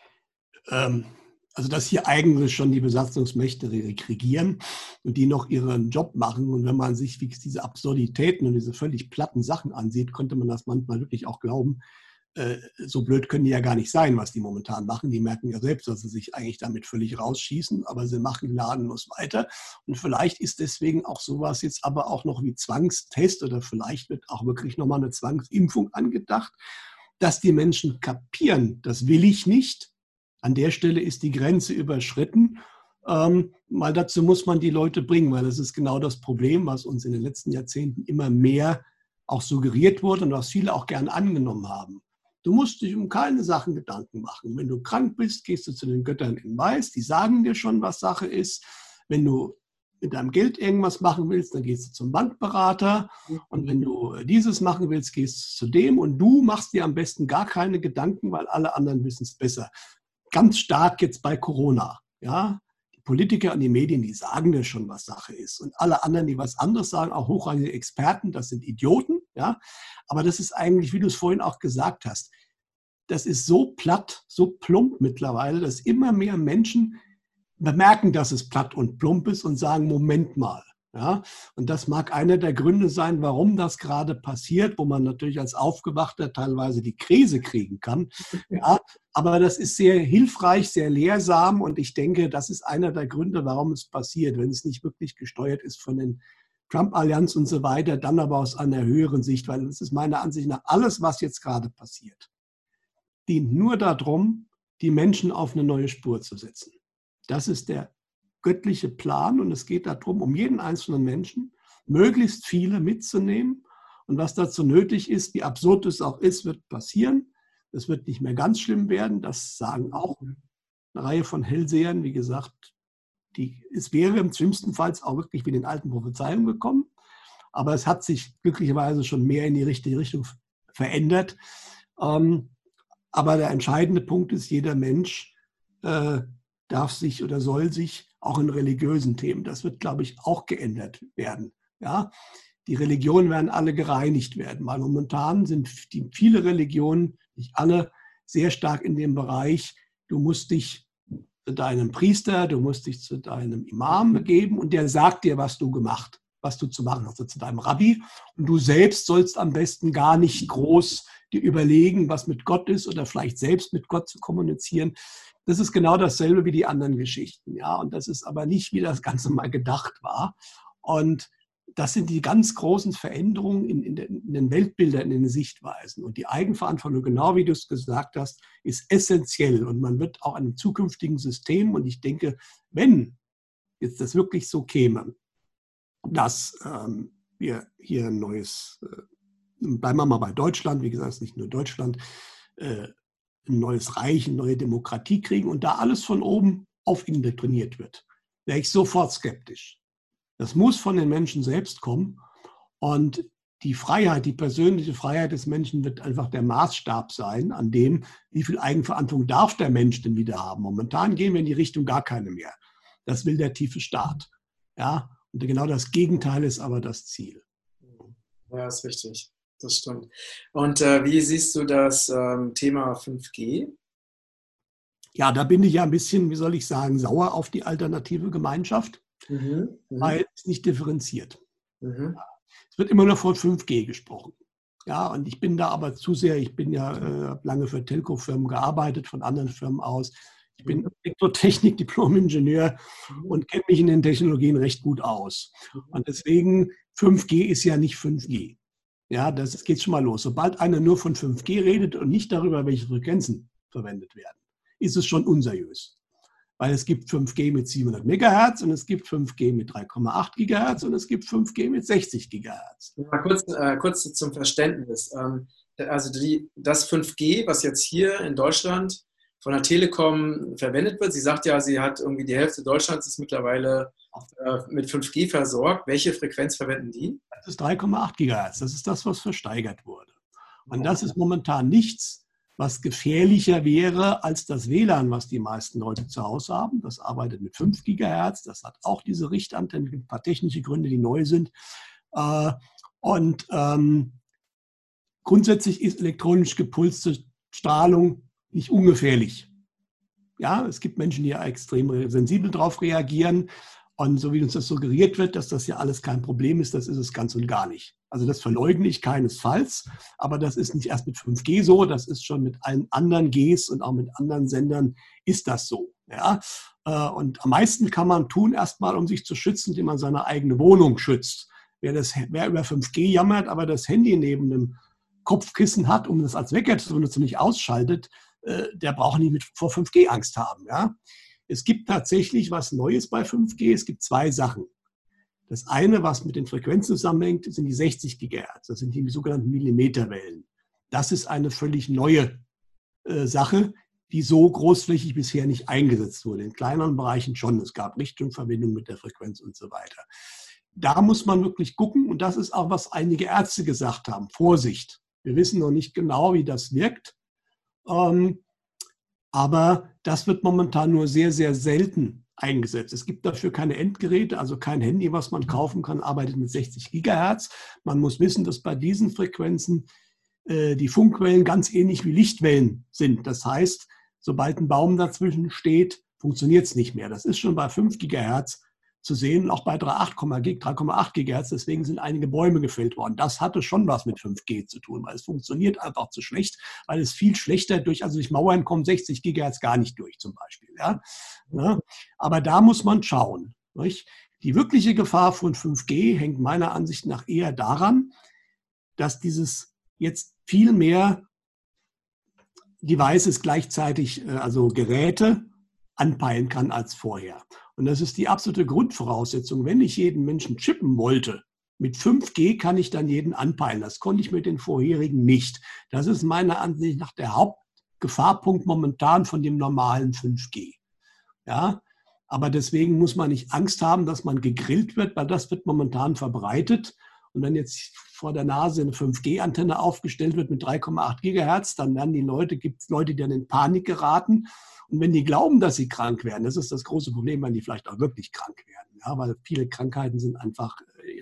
Speaker 1: also dass hier eigentlich schon die Besatzungsmächte regieren und die noch ihren Job machen. Und wenn man sich diese Absurditäten und diese völlig platten Sachen ansieht, könnte man das manchmal wirklich auch glauben. So blöd können die ja gar nicht sein, was die momentan machen. Die merken ja selbst, dass sie sich eigentlich damit völlig rausschießen, aber sie machen gnadenlos weiter. Und vielleicht ist deswegen auch sowas jetzt aber auch noch wie Zwangstest oder vielleicht wird auch wirklich nochmal eine Zwangsimpfung angedacht, dass die Menschen kapieren, das will ich nicht. An der Stelle ist die Grenze überschritten, weil dazu muss man die Leute bringen, weil das ist genau das Problem, was uns in den letzten Jahrzehnten immer mehr auch suggeriert wurde und was viele auch gern angenommen haben. Du musst dich um keine Sachen Gedanken machen. Wenn du krank bist, gehst du zu den Göttern in Weiß, die sagen dir schon, was Sache ist. Wenn du mit deinem Geld irgendwas machen willst, dann gehst du zum Bankberater. Und wenn du dieses machen willst, gehst du zu dem. Und du machst dir am besten gar keine Gedanken, weil alle anderen wissen es besser. Ganz stark jetzt bei Corona. Ja? Die Politiker und die Medien, die sagen dir schon, was Sache ist. Und alle anderen, die was anderes sagen, auch hochrangige Experten, das sind Idioten. Ja? Aber das ist eigentlich, wie du es vorhin auch gesagt hast, das ist so platt, so plump mittlerweile, dass immer mehr Menschen bemerken, dass es platt und plump ist und sagen, Moment mal. Ja? Und das mag einer der Gründe sein, warum das gerade passiert, wo man natürlich als Aufgewachter teilweise die Krise kriegen kann. Ja? Aber das ist sehr hilfreich, sehr lehrsam und ich denke, das ist einer der Gründe, warum es passiert, wenn es nicht wirklich gesteuert ist von den Trump-Allianz und so weiter, dann aber aus einer höheren Sicht, weil es ist meiner Ansicht nach alles, was jetzt gerade passiert, dient nur darum, die Menschen auf eine neue Spur zu setzen. Das ist der göttliche Plan und es geht darum, um jeden einzelnen Menschen möglichst viele mitzunehmen. Und was dazu nötig ist, wie absurd es auch ist, wird passieren. Es wird nicht mehr ganz schlimm werden. Das sagen auch eine Reihe von Hellsehern. Wie gesagt, es wäre im schlimmsten Fall auch wirklich wie in den alten Prophezeiungen gekommen. Aber es hat sich glücklicherweise schon mehr in die richtige Richtung verändert. Aber der entscheidende Punkt ist, jeder Mensch darf sich oder soll sich auch in religiösen Themen, das wird, glaube ich, auch geändert werden. Ja? Die Religionen werden alle gereinigt werden, weil momentan sind viele Religionen, nicht alle, sehr stark in dem Bereich, du musst dich zu deinem Priester, du musst dich zu deinem Imam begeben und der sagt dir, was du zu machen hast, also zu deinem Rabbi. Und du selbst sollst am besten gar nicht groß dir überlegen, was mit Gott ist oder vielleicht selbst mit Gott zu kommunizieren. Das ist genau dasselbe wie die anderen Geschichten. Ja? Und das ist aber nicht, wie das Ganze mal gedacht war. Und das sind die ganz großen Veränderungen in den Weltbildern, in den Sichtweisen. Und die Eigenverantwortung, genau wie du es gesagt hast, ist essentiell. Und man wird auch einem zukünftigen System, und ich denke, wenn jetzt das wirklich so käme, dass wir hier ein neues, bleiben wir mal bei Deutschland, wie gesagt, es ist nicht nur Deutschland, ein neues Reich, eine neue Demokratie kriegen und da alles von oben auf indoktriniert wird, wäre ich sofort skeptisch. Das muss von den Menschen selbst kommen und die Freiheit, die persönliche Freiheit des Menschen wird einfach der Maßstab sein, an dem, wie viel Eigenverantwortung darf der Mensch denn wieder haben. Momentan gehen wir in die Richtung gar keine mehr. Das will der tiefe Staat. Ja? Und genau das Gegenteil ist aber das Ziel.
Speaker 2: Ja, ist richtig. Das stimmt. Und wie siehst du das Thema 5G?
Speaker 1: Ja, da bin ich ja ein bisschen, wie soll ich sagen, sauer auf die alternative Gemeinschaft, weil es nicht differenziert. Es wird immer nur von 5G gesprochen. Ja, und ich bin da aber zu sehr, ich bin ja lange für Telco-Firmen gearbeitet, von anderen Firmen aus. Ich bin Elektrotechnik-Diplom-Ingenieur und kenne mich in den Technologien recht gut aus. Und deswegen, 5G ist ja nicht 5G. Ja, das geht schon mal los. Sobald einer nur von 5G redet und nicht darüber, welche Frequenzen verwendet werden, ist es schon unseriös. Weil es gibt 5G mit 700 Megahertz und es gibt 5G mit 3,8 Gigahertz und es gibt 5G mit 60 Gigahertz.
Speaker 2: Mal kurz zum Verständnis. Also das 5G, was jetzt hier in Deutschland von der Telekom verwendet wird, sie sagt ja, sie hat irgendwie die Hälfte Deutschlands ist mittlerweile mit 5G versorgt. Welche Frequenz verwenden die?
Speaker 1: Das ist 3,8 Gigahertz. Das ist das, was versteigert wurde. Und das ist momentan nichts, was gefährlicher wäre als das WLAN, was die meisten Leute zu Hause haben. Das arbeitet mit 5 Gigahertz. Das hat auch diese Richtantennen. Es gibt ein paar technische Gründe, die neu sind. Grundsätzlich ist elektronisch gepulste Strahlung nicht ungefährlich. Ja, es gibt Menschen, die ja extrem sensibel darauf reagieren. Und so wie uns das suggeriert wird, dass das ja alles kein Problem ist, das ist es ganz und gar nicht. Also das verleugne ich keinesfalls, aber das ist nicht erst mit 5G so, das ist schon mit allen anderen Gs und auch mit anderen Sendern ist das so. Ja? Und am meisten kann man tun, erstmal, um sich zu schützen, indem man seine eigene Wohnung schützt. Wer über 5G jammert, aber das Handy neben dem Kopfkissen hat, um das als Wecker zu benutzen, nicht ausschaltet, der braucht nicht vor 5G Angst haben. Ja? Es gibt tatsächlich was Neues bei 5G. Es gibt zwei Sachen. Das eine, was mit den Frequenzen zusammenhängt, sind die 60 Gigahertz. Das sind die sogenannten Millimeterwellen. Das ist eine völlig neue Sache, die so großflächig bisher nicht eingesetzt wurde. In kleineren Bereichen schon. Es gab Richtungsverbindungen mit der Frequenz und so weiter. Da muss man wirklich gucken. Und das ist auch, was einige Ärzte gesagt haben. Vorsicht. Wir wissen noch nicht genau, wie das wirkt. Aber das wird momentan nur sehr, sehr selten eingesetzt. Es gibt dafür keine Endgeräte, also kein Handy, was man kaufen kann, arbeitet mit 60 Gigahertz. Man muss wissen, dass bei diesen Frequenzen die Funkwellen ganz ähnlich wie Lichtwellen sind. Das heißt, sobald ein Baum dazwischen steht, funktioniert es nicht mehr. Das ist schon bei 5 Gigahertz zu sehen, auch bei 3,8 Gigahertz. Deswegen sind einige Bäume gefällt worden. Das hatte schon was mit 5G zu tun, weil es funktioniert einfach zu schlecht, weil es viel schlechter durch Mauern kommen 60 Gigahertz gar nicht durch zum Beispiel. Ja? Ja? Aber da muss man schauen. Nicht? Die wirkliche Gefahr von 5G hängt meiner Ansicht nach eher daran, dass dieses jetzt viel mehr Devices gleichzeitig, also Geräte, anpeilen kann als vorher. Und das ist die absolute Grundvoraussetzung. Wenn ich jeden Menschen chippen wollte, mit 5G kann ich dann jeden anpeilen. Das konnte ich mit den vorherigen nicht. Das ist meiner Ansicht nach der Hauptgefahrpunkt momentan von dem normalen 5G. Ja, aber deswegen muss man nicht Angst haben, dass man gegrillt wird, weil das wird momentan verbreitet. Und wenn jetzt vor der Nase eine 5G-Antenne aufgestellt wird mit 3,8 Gigahertz, dann gibt es Leute, die dann in Panik geraten. Und wenn die glauben, dass sie krank werden, das ist das große Problem, wenn die vielleicht auch wirklich krank werden. Ja, weil viele Krankheiten sind einfach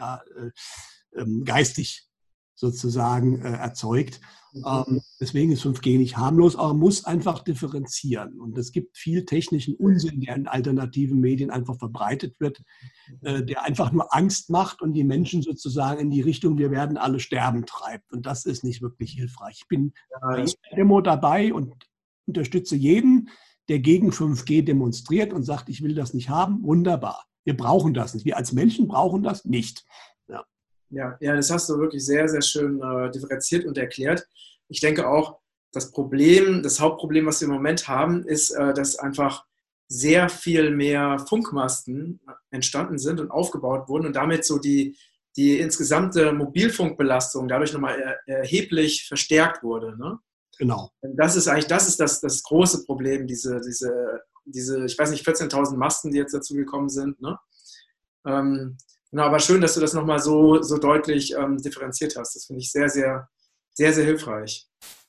Speaker 1: geistig sozusagen erzeugt. Deswegen ist 5G nicht harmlos, aber man muss einfach differenzieren. Und es gibt viel technischen Unsinn, der in alternativen Medien einfach verbreitet wird, der einfach nur Angst macht und die Menschen sozusagen in die Richtung, wir werden alle sterben, treibt. Und das ist nicht wirklich hilfreich. Ich bin bei jeder Demo dabei und unterstütze jeden, der gegen 5G demonstriert und sagt, ich will das nicht haben. Wunderbar. Wir brauchen das nicht. Wir als Menschen brauchen das nicht.
Speaker 2: Ja, das hast du wirklich sehr, sehr schön differenziert und erklärt. Ich denke auch, das Hauptproblem, was wir im Moment haben, ist, dass einfach sehr viel mehr Funkmasten entstanden sind und aufgebaut wurden und damit so die insgesamte Mobilfunkbelastung dadurch nochmal erheblich verstärkt wurde. Ne?
Speaker 1: Genau.
Speaker 2: Das ist das große Problem, diese, ich weiß nicht, 14.000 Masten, die jetzt dazugekommen sind. Ne? Genau, aber schön, dass du das nochmal so deutlich differenziert hast. Das finde ich sehr, sehr, sehr, sehr hilfreich.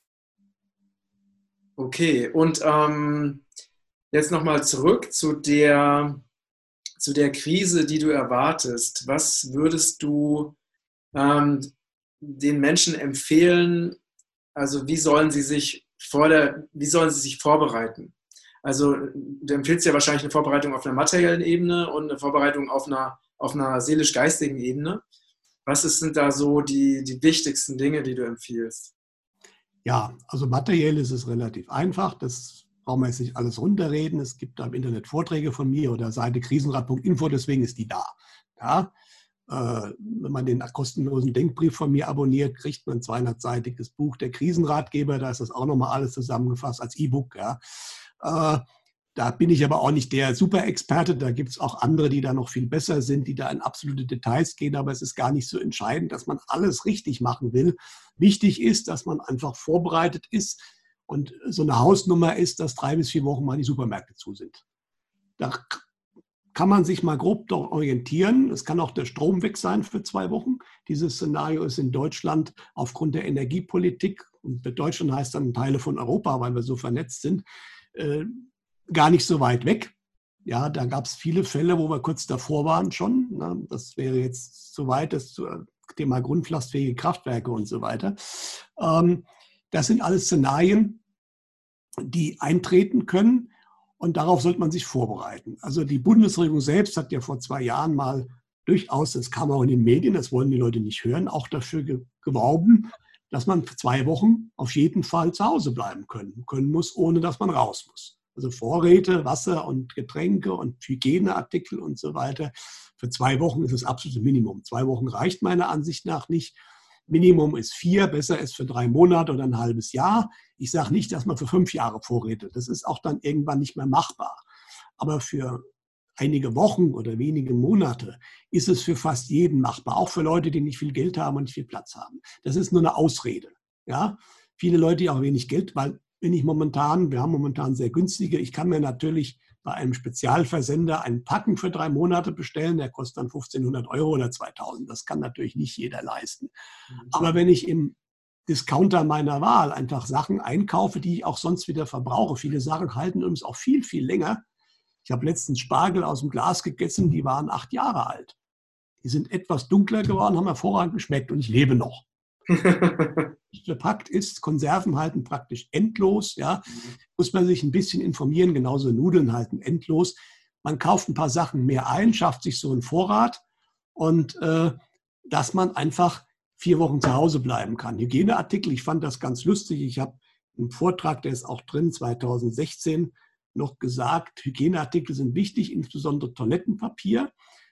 Speaker 2: Okay, und jetzt nochmal zurück zu der Krise, die du erwartest. Was würdest du den Menschen empfehlen? Also wie sollen sie sich vorbereiten? Also du empfiehlst ja wahrscheinlich eine Vorbereitung auf einer materiellen Ebene und eine Vorbereitung auf einer seelisch-geistigen Ebene. Sind da so die wichtigsten Dinge, die du empfiehlst?
Speaker 1: Ja, also materiell ist es relativ einfach. Das brauchen wir jetzt nicht alles runterreden. Es gibt da im Internet Vorträge von mir oder Seite krisenrat.info, deswegen ist die da. Ja? Wenn man den kostenlosen Denkbrief von mir abonniert, kriegt man ein 200-seitiges Buch, der Krisenratgeber, da ist das auch nochmal alles zusammengefasst als E-Book. Ja. Da bin ich aber auch nicht der Superexperte, da gibt es auch andere, die da noch viel besser sind, die da in absolute Details gehen, aber es ist gar nicht so entscheidend, dass man alles richtig machen will. Wichtig ist, dass man einfach vorbereitet ist und so eine Hausnummer ist, dass 3 bis 4 Wochen mal die Supermärkte zu sind. Da kann man sich mal grob doch orientieren. Es kann auch der Strom weg sein für 2 Wochen. Dieses Szenario ist in Deutschland aufgrund der Energiepolitik, und Deutschland heißt dann Teile von Europa, weil wir so vernetzt sind, gar nicht so weit weg. Ja, da gab es viele Fälle, wo wir kurz davor waren schon. Das wäre jetzt soweit, das Thema grundlastfähige Kraftwerke und so weiter. Das sind alles Szenarien, die eintreten können. Und darauf sollte man sich vorbereiten. Also die Bundesregierung selbst hat ja vor 2 Jahren mal durchaus, das kam auch in den Medien, das wollen die Leute nicht hören, auch dafür geworben, dass man für 2 Wochen auf jeden Fall zu Hause bleiben können muss, ohne dass man raus muss. Also Vorräte, Wasser und Getränke und Hygieneartikel und so weiter. Für 2 Wochen ist das absolute Minimum. 2 Wochen reicht meiner Ansicht nach nicht. Minimum ist 4, besser ist für 3 Monate oder ein halbes Jahr. Ich sage nicht, dass man für 5 Jahre Vorräte. Das ist auch dann irgendwann nicht mehr machbar. Aber für einige Wochen oder wenige Monate ist es für fast jeden machbar. Auch für Leute, die nicht viel Geld haben und nicht viel Platz haben. Das ist nur eine Ausrede. Ja? Viele Leute, die auch wenig Geld, weil wir haben momentan sehr günstige. Ich kann mir natürlich bei einem Spezialversender einen Packen für 3 Monate bestellen, der kostet dann 1.500 € oder 2.000. Das kann natürlich nicht jeder leisten. Aber wenn ich im Discounter meiner Wahl einfach Sachen einkaufe, die ich auch sonst wieder verbrauche, viele Sachen halten übrigens auch viel, viel länger. Ich habe letztens Spargel aus dem Glas gegessen, die waren 8 Jahre alt. Die sind etwas dunkler geworden, haben hervorragend geschmeckt und ich lebe noch. Verpackt ist, Konserven halten praktisch endlos, ja, muss man sich ein bisschen informieren, genauso Nudeln halten endlos. Man kauft ein paar Sachen mehr ein, schafft sich so einen Vorrat und dass man einfach 4 Wochen zu Hause bleiben kann. Hygieneartikel, ich fand das ganz lustig, ich habe einen Vortrag, der ist auch drin, 2016 noch gesagt, Hygieneartikel sind wichtig, insbesondere Toilettenpapier.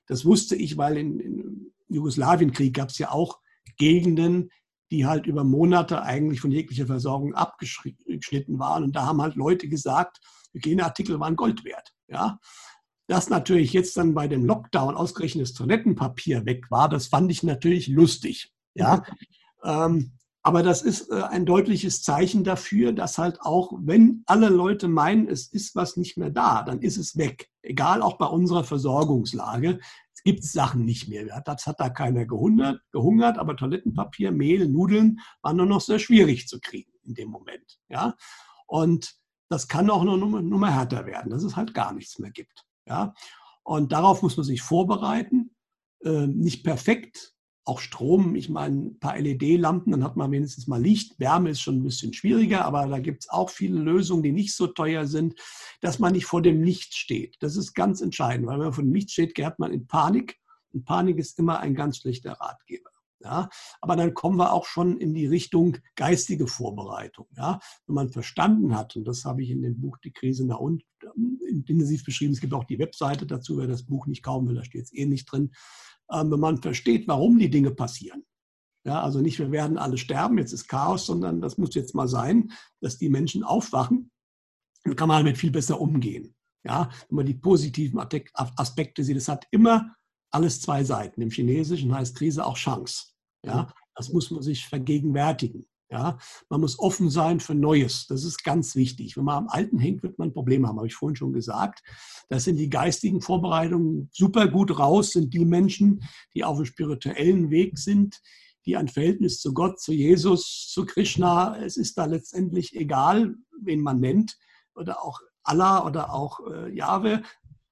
Speaker 1: Das wusste ich, weil im Jugoslawienkrieg gab es ja auch Gegenden, die halt über Monate eigentlich von jeglicher Versorgung abgeschnitten waren. Und da haben halt Leute gesagt, Hygieneartikel waren Gold wert. Ja? Dass natürlich jetzt dann bei dem Lockdown ausgerechnet das Toilettenpapier weg war, das fand ich natürlich lustig. Ja? Aber das ist ein deutliches Zeichen dafür, dass halt auch, wenn alle Leute meinen, es ist was nicht mehr da, dann ist es weg. Egal, auch bei unserer Versorgungslage. Es gibt Sachen nicht mehr. Das hat da keiner gehungert, aber Toilettenpapier, Mehl, Nudeln waren nur noch sehr schwierig zu kriegen in dem Moment. Ja? Und das kann auch nur Nummer härter werden, dass es halt gar nichts mehr gibt. Ja? Und darauf muss man sich vorbereiten. Nicht perfekt. Auch Strom, ich meine, ein paar LED-Lampen, dann hat man wenigstens mal Licht. Wärme ist schon ein bisschen schwieriger, aber da gibt es auch viele Lösungen, die nicht so teuer sind, dass man nicht vor dem Licht steht. Das ist ganz entscheidend, weil wenn man vor dem Licht steht, gerät man in Panik. Und Panik ist immer ein ganz schlechter Ratgeber. Ja? Aber dann kommen wir auch schon in die Richtung geistige Vorbereitung. Ja? Wenn man verstanden hat, und das habe ich in dem Buch Die Krise nach unten intensiv beschrieben, es gibt auch die Webseite dazu, wer das Buch nicht kaufen will, da steht es eh nicht drin. Wenn man versteht, warum die Dinge passieren. Ja, also nicht, wir werden alle sterben, jetzt ist Chaos, sondern das muss jetzt mal sein, dass die Menschen aufwachen. Dann kann man damit viel besser umgehen. Ja, wenn man die positiven Aspekte sieht, es hat immer alles zwei Seiten. Im Chinesischen heißt Krise auch Chance. Ja, das muss man sich vergegenwärtigen. Ja, man muss offen sein für Neues. Das ist ganz wichtig. Wenn man am Alten hängt, wird man ein Problem haben, habe ich vorhin schon gesagt. Das sind die geistigen Vorbereitungen super gut raus, sind die Menschen, die auf dem spirituellen Weg sind, die ein Verhältnis zu Gott, zu Jesus, zu Krishna, es ist da letztendlich egal, wen man nennt, oder auch Allah oder auch Jahwe.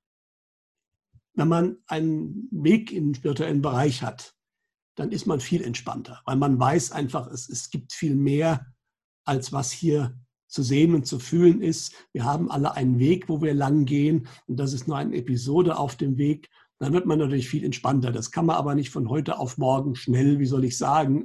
Speaker 1: Wenn man einen Weg im spirituellen Bereich hat, dann ist man viel entspannter, weil man weiß einfach, es gibt viel mehr, als was hier zu sehen und zu fühlen ist. Wir haben alle einen Weg, wo wir lang gehen und das ist nur eine Episode auf dem Weg. Dann wird man natürlich viel entspannter. Das kann man aber nicht von heute auf morgen schnell, wie soll ich sagen,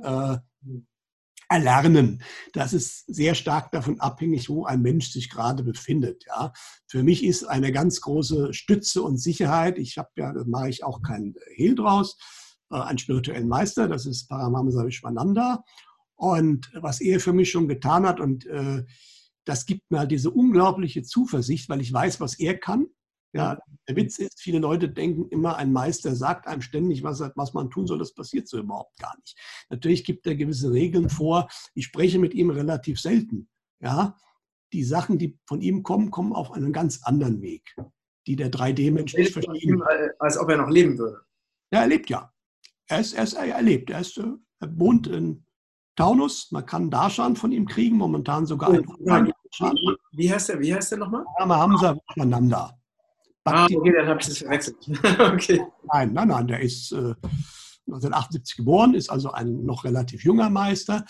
Speaker 1: erlernen. Das ist sehr stark davon abhängig, wo ein Mensch sich gerade befindet. Ja. Für mich ist eine ganz große Stütze und Sicherheit, da mache ich auch keinen Hehl draus, einen spirituellen Meister, das ist Paramahamsa Vishwananda. Und was er für mich schon getan hat, und das gibt mir halt diese unglaubliche Zuversicht, weil ich weiß, was er kann. Ja, der Witz ist, viele Leute denken immer, ein Meister sagt einem ständig, was man tun soll, das passiert so überhaupt gar nicht. Natürlich gibt er gewisse Regeln vor. Ich spreche mit ihm relativ selten. Ja, die Sachen, die von ihm kommen, kommen auf einen ganz anderen Weg, die der 3D-Mensch nicht versteht.
Speaker 2: Als ob er noch leben würde.
Speaker 1: Ja, er lebt ja. Er lebt. Er wohnt in Taunus. Man kann Darshan von ihm kriegen, momentan sogar ein Darshan.
Speaker 2: Wie heißt der nochmal?
Speaker 1: Paramahamsa Vishwananda.
Speaker 2: Okay, dann habe ich das verwechselt. Okay.
Speaker 1: Nein, der ist 1978 geboren, ist also ein noch relativ junger Meister.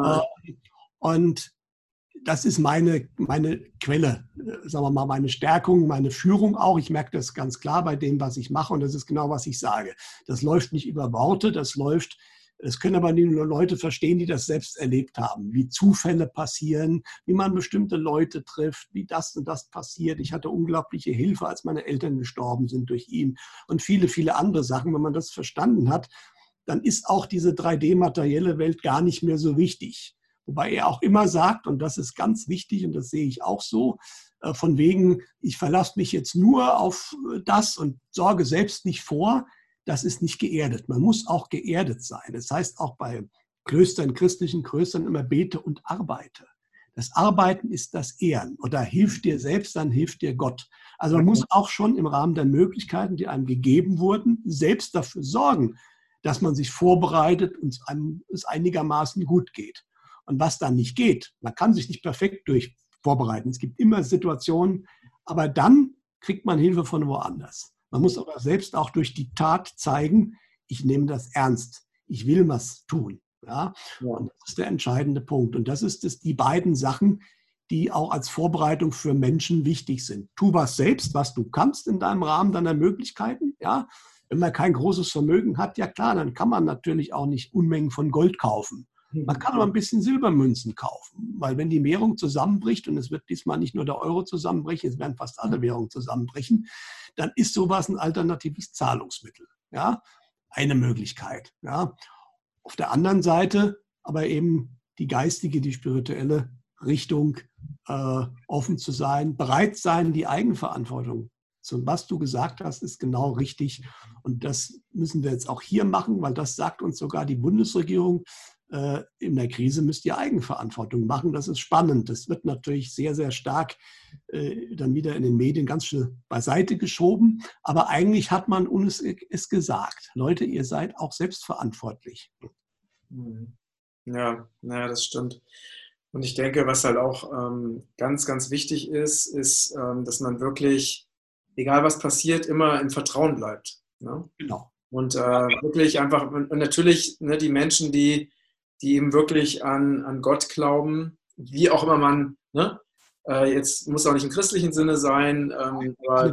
Speaker 1: Und das ist meine Quelle, sagen wir mal, meine Stärkung, meine Führung auch. Ich merke das ganz klar bei dem, was ich mache und das ist genau, was ich sage. Das läuft nicht über Worte, das können aber nur Leute verstehen, die das selbst erlebt haben, wie Zufälle passieren, wie man bestimmte Leute trifft, wie das und das passiert. Ich hatte unglaubliche Hilfe, als meine Eltern gestorben sind durch ihn und viele, viele andere Sachen. Wenn man das verstanden hat, dann ist auch diese 3D-materielle Welt gar nicht mehr so wichtig. Wobei er auch immer sagt, und das ist ganz wichtig und das sehe ich auch so, von wegen, ich verlasse mich jetzt nur auf das und sorge selbst nicht vor, das ist nicht geerdet. Man muss auch geerdet sein. Das heißt auch bei Klöstern, christlichen Klöstern immer bete und arbeite. Das Arbeiten ist das Ehren. Oder hilf dir selbst, dann hilft dir Gott. Also man muss auch schon im Rahmen der Möglichkeiten, die einem gegeben wurden, selbst dafür sorgen, dass man sich vorbereitet und es einigermaßen gut geht. Und was dann nicht geht, man kann sich nicht perfekt vorbereiten. Es gibt immer Situationen, aber dann kriegt man Hilfe von woanders. Man muss aber selbst auch durch die Tat zeigen, ich nehme das ernst. Ich will was tun. Ja? Und das ist der entscheidende Punkt. Und das ist die beiden Sachen, die auch als Vorbereitung für Menschen wichtig sind. Tu was selbst, was du kannst in deinem Rahmen deiner Möglichkeiten. Ja? Wenn man kein großes Vermögen hat, ja klar, dann kann man natürlich auch nicht Unmengen von Gold kaufen. Man kann aber ein bisschen Silbermünzen kaufen, weil wenn die Währung zusammenbricht, und es wird diesmal nicht nur der Euro zusammenbrechen, es werden fast alle Währungen zusammenbrechen, dann ist sowas ein alternatives Zahlungsmittel. Ja? Eine Möglichkeit. Ja? Auf der anderen Seite aber eben die geistige, die spirituelle Richtung, offen zu sein, bereit sein, die Eigenverantwortung. So, was du gesagt hast, ist genau richtig. Und das müssen wir jetzt auch hier machen, weil das sagt uns sogar die Bundesregierung. In der Krise müsst ihr Eigenverantwortung machen. Das ist spannend. Das wird natürlich sehr, sehr stark dann wieder in den Medien ganz schön beiseite geschoben. Aber eigentlich hat man uns es gesagt. Leute, ihr seid auch selbstverantwortlich.
Speaker 2: Ja, naja, das stimmt. Und ich denke, was halt auch ganz, ganz wichtig ist, dass man wirklich, egal was passiert, immer im Vertrauen bleibt. Ne?
Speaker 1: Genau.
Speaker 2: Und wirklich einfach, und natürlich ne, die Menschen, die eben wirklich an Gott glauben, wie auch immer man, ne, jetzt muss auch nicht im christlichen Sinne sein, aber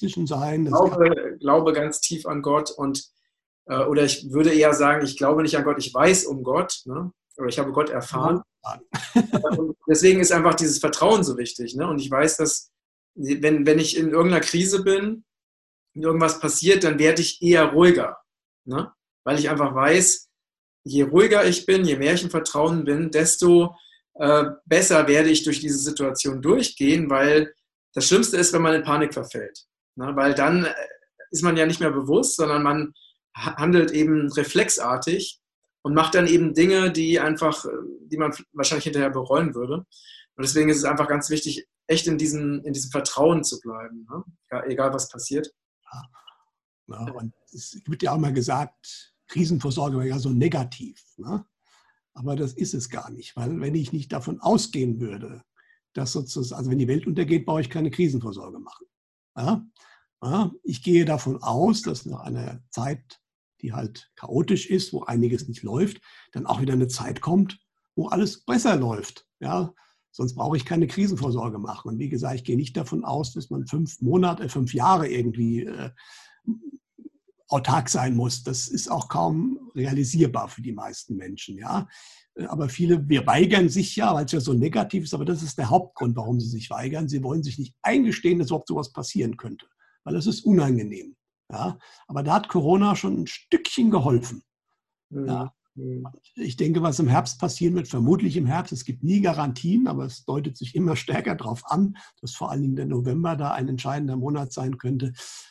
Speaker 2: glaube ganz tief an Gott oder ich würde eher sagen, ich glaube nicht an Gott, ich weiß um Gott, ne? Oder ich habe Gott erfahren. Und deswegen ist einfach dieses Vertrauen so wichtig. Ne? Und ich weiß, dass wenn ich in irgendeiner Krise bin, wenn irgendwas passiert, dann werde ich eher ruhiger. Ne? Weil ich einfach weiß, je ruhiger ich bin, je mehr ich im Vertrauen bin, desto besser werde ich durch diese Situation durchgehen, weil das Schlimmste ist, wenn man in Panik verfällt. Ne? Weil dann ist man ja nicht mehr bewusst, sondern man handelt eben reflexartig und macht dann eben Dinge, die man wahrscheinlich hinterher bereuen würde. Und deswegen ist es einfach ganz wichtig, echt in diesem Vertrauen zu bleiben, ne? Ja, egal was passiert.
Speaker 1: Ja, und es wird ja auch mal gesagt, Krisenvorsorge wäre ja so negativ. Ne? Aber das ist es gar nicht, weil wenn ich nicht davon ausgehen würde, dass sozusagen, also wenn die Welt untergeht, brauche ich keine Krisenvorsorge machen. Ja? Ja, ich gehe davon aus, dass nach einer Zeit, die halt chaotisch ist, wo einiges nicht läuft, dann auch wieder eine Zeit kommt, wo alles besser läuft. Ja? Sonst brauche ich keine Krisenvorsorge machen. Und wie gesagt, ich gehe nicht davon aus, dass man 5 Jahre irgendwie autark sein muss. Das ist auch kaum realisierbar für die meisten Menschen. Ja? Aber wir weigern sich ja, weil es ja so negativ ist, aber das ist der Hauptgrund, warum sie sich weigern. Sie wollen sich nicht eingestehen, dass überhaupt sowas passieren könnte, weil das ist unangenehm. Ja? Aber da hat Corona schon ein Stückchen geholfen. Ja? Ich denke, was im Herbst passieren wird, vermutlich im Herbst, es gibt nie Garantien, aber es deutet sich immer stärker darauf an, dass vor allen Dingen der November da ein entscheidender Monat sein könnte.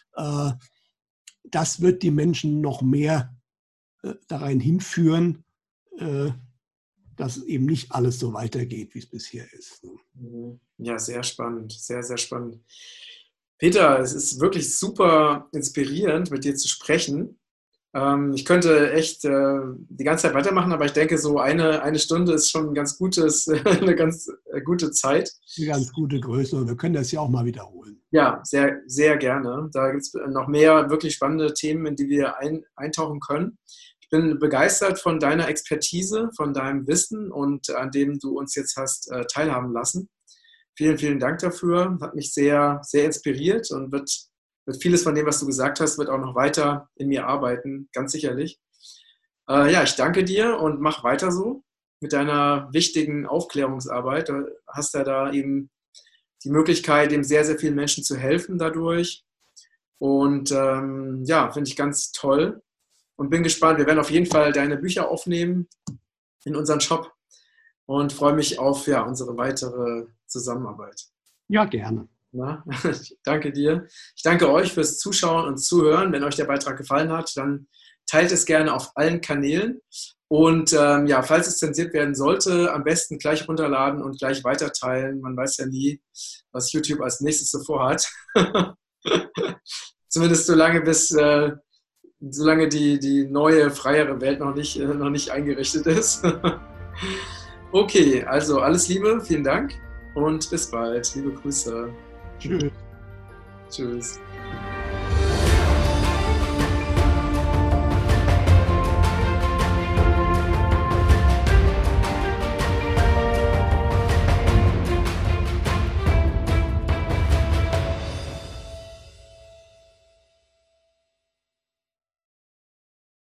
Speaker 1: Das wird die Menschen noch mehr darein hinführen, dass eben nicht alles so weitergeht, wie es bisher ist.
Speaker 2: Ja, sehr spannend, sehr, sehr spannend. Peter, es ist wirklich super inspirierend, mit dir zu sprechen. Ich könnte echt die ganze Zeit weitermachen, aber ich denke, so eine Stunde ist schon eine ganz gute Zeit.
Speaker 1: Eine ganz gute Größe und wir können das ja auch mal wiederholen.
Speaker 2: Ja, sehr, sehr gerne. Da gibt es noch mehr wirklich spannende Themen, in die wir eintauchen können. Ich bin begeistert von deiner Expertise, von deinem Wissen und an dem du uns jetzt hast teilhaben lassen. Vielen, vielen Dank dafür. Hat mich sehr, sehr inspiriert und wird vieles von dem, was du gesagt hast, wird auch noch weiter in mir arbeiten, ganz sicherlich. Ja, ich danke dir und mach weiter so mit deiner wichtigen Aufklärungsarbeit. Du hast ja da eben die Möglichkeit, eben sehr, sehr vielen Menschen zu helfen dadurch. Und ja, finde ich ganz toll und bin gespannt. Wir werden auf jeden Fall deine Bücher aufnehmen in unseren Shop und freue mich auf unsere weitere Zusammenarbeit.
Speaker 1: Ja, gerne.
Speaker 2: Na, ich danke dir. Ich danke euch fürs Zuschauen und Zuhören. Wenn euch der Beitrag gefallen hat, dann teilt es gerne auf allen Kanälen. Und falls es zensiert werden sollte, am besten gleich runterladen und gleich weiterteilen. Man weiß ja nie, was YouTube als nächstes so vorhat. Zumindest solange die neue, freiere Welt noch nicht eingerichtet ist. Okay, also alles Liebe, vielen Dank und bis bald. Liebe Grüße.
Speaker 1: Tschüss.
Speaker 2: Tschüss.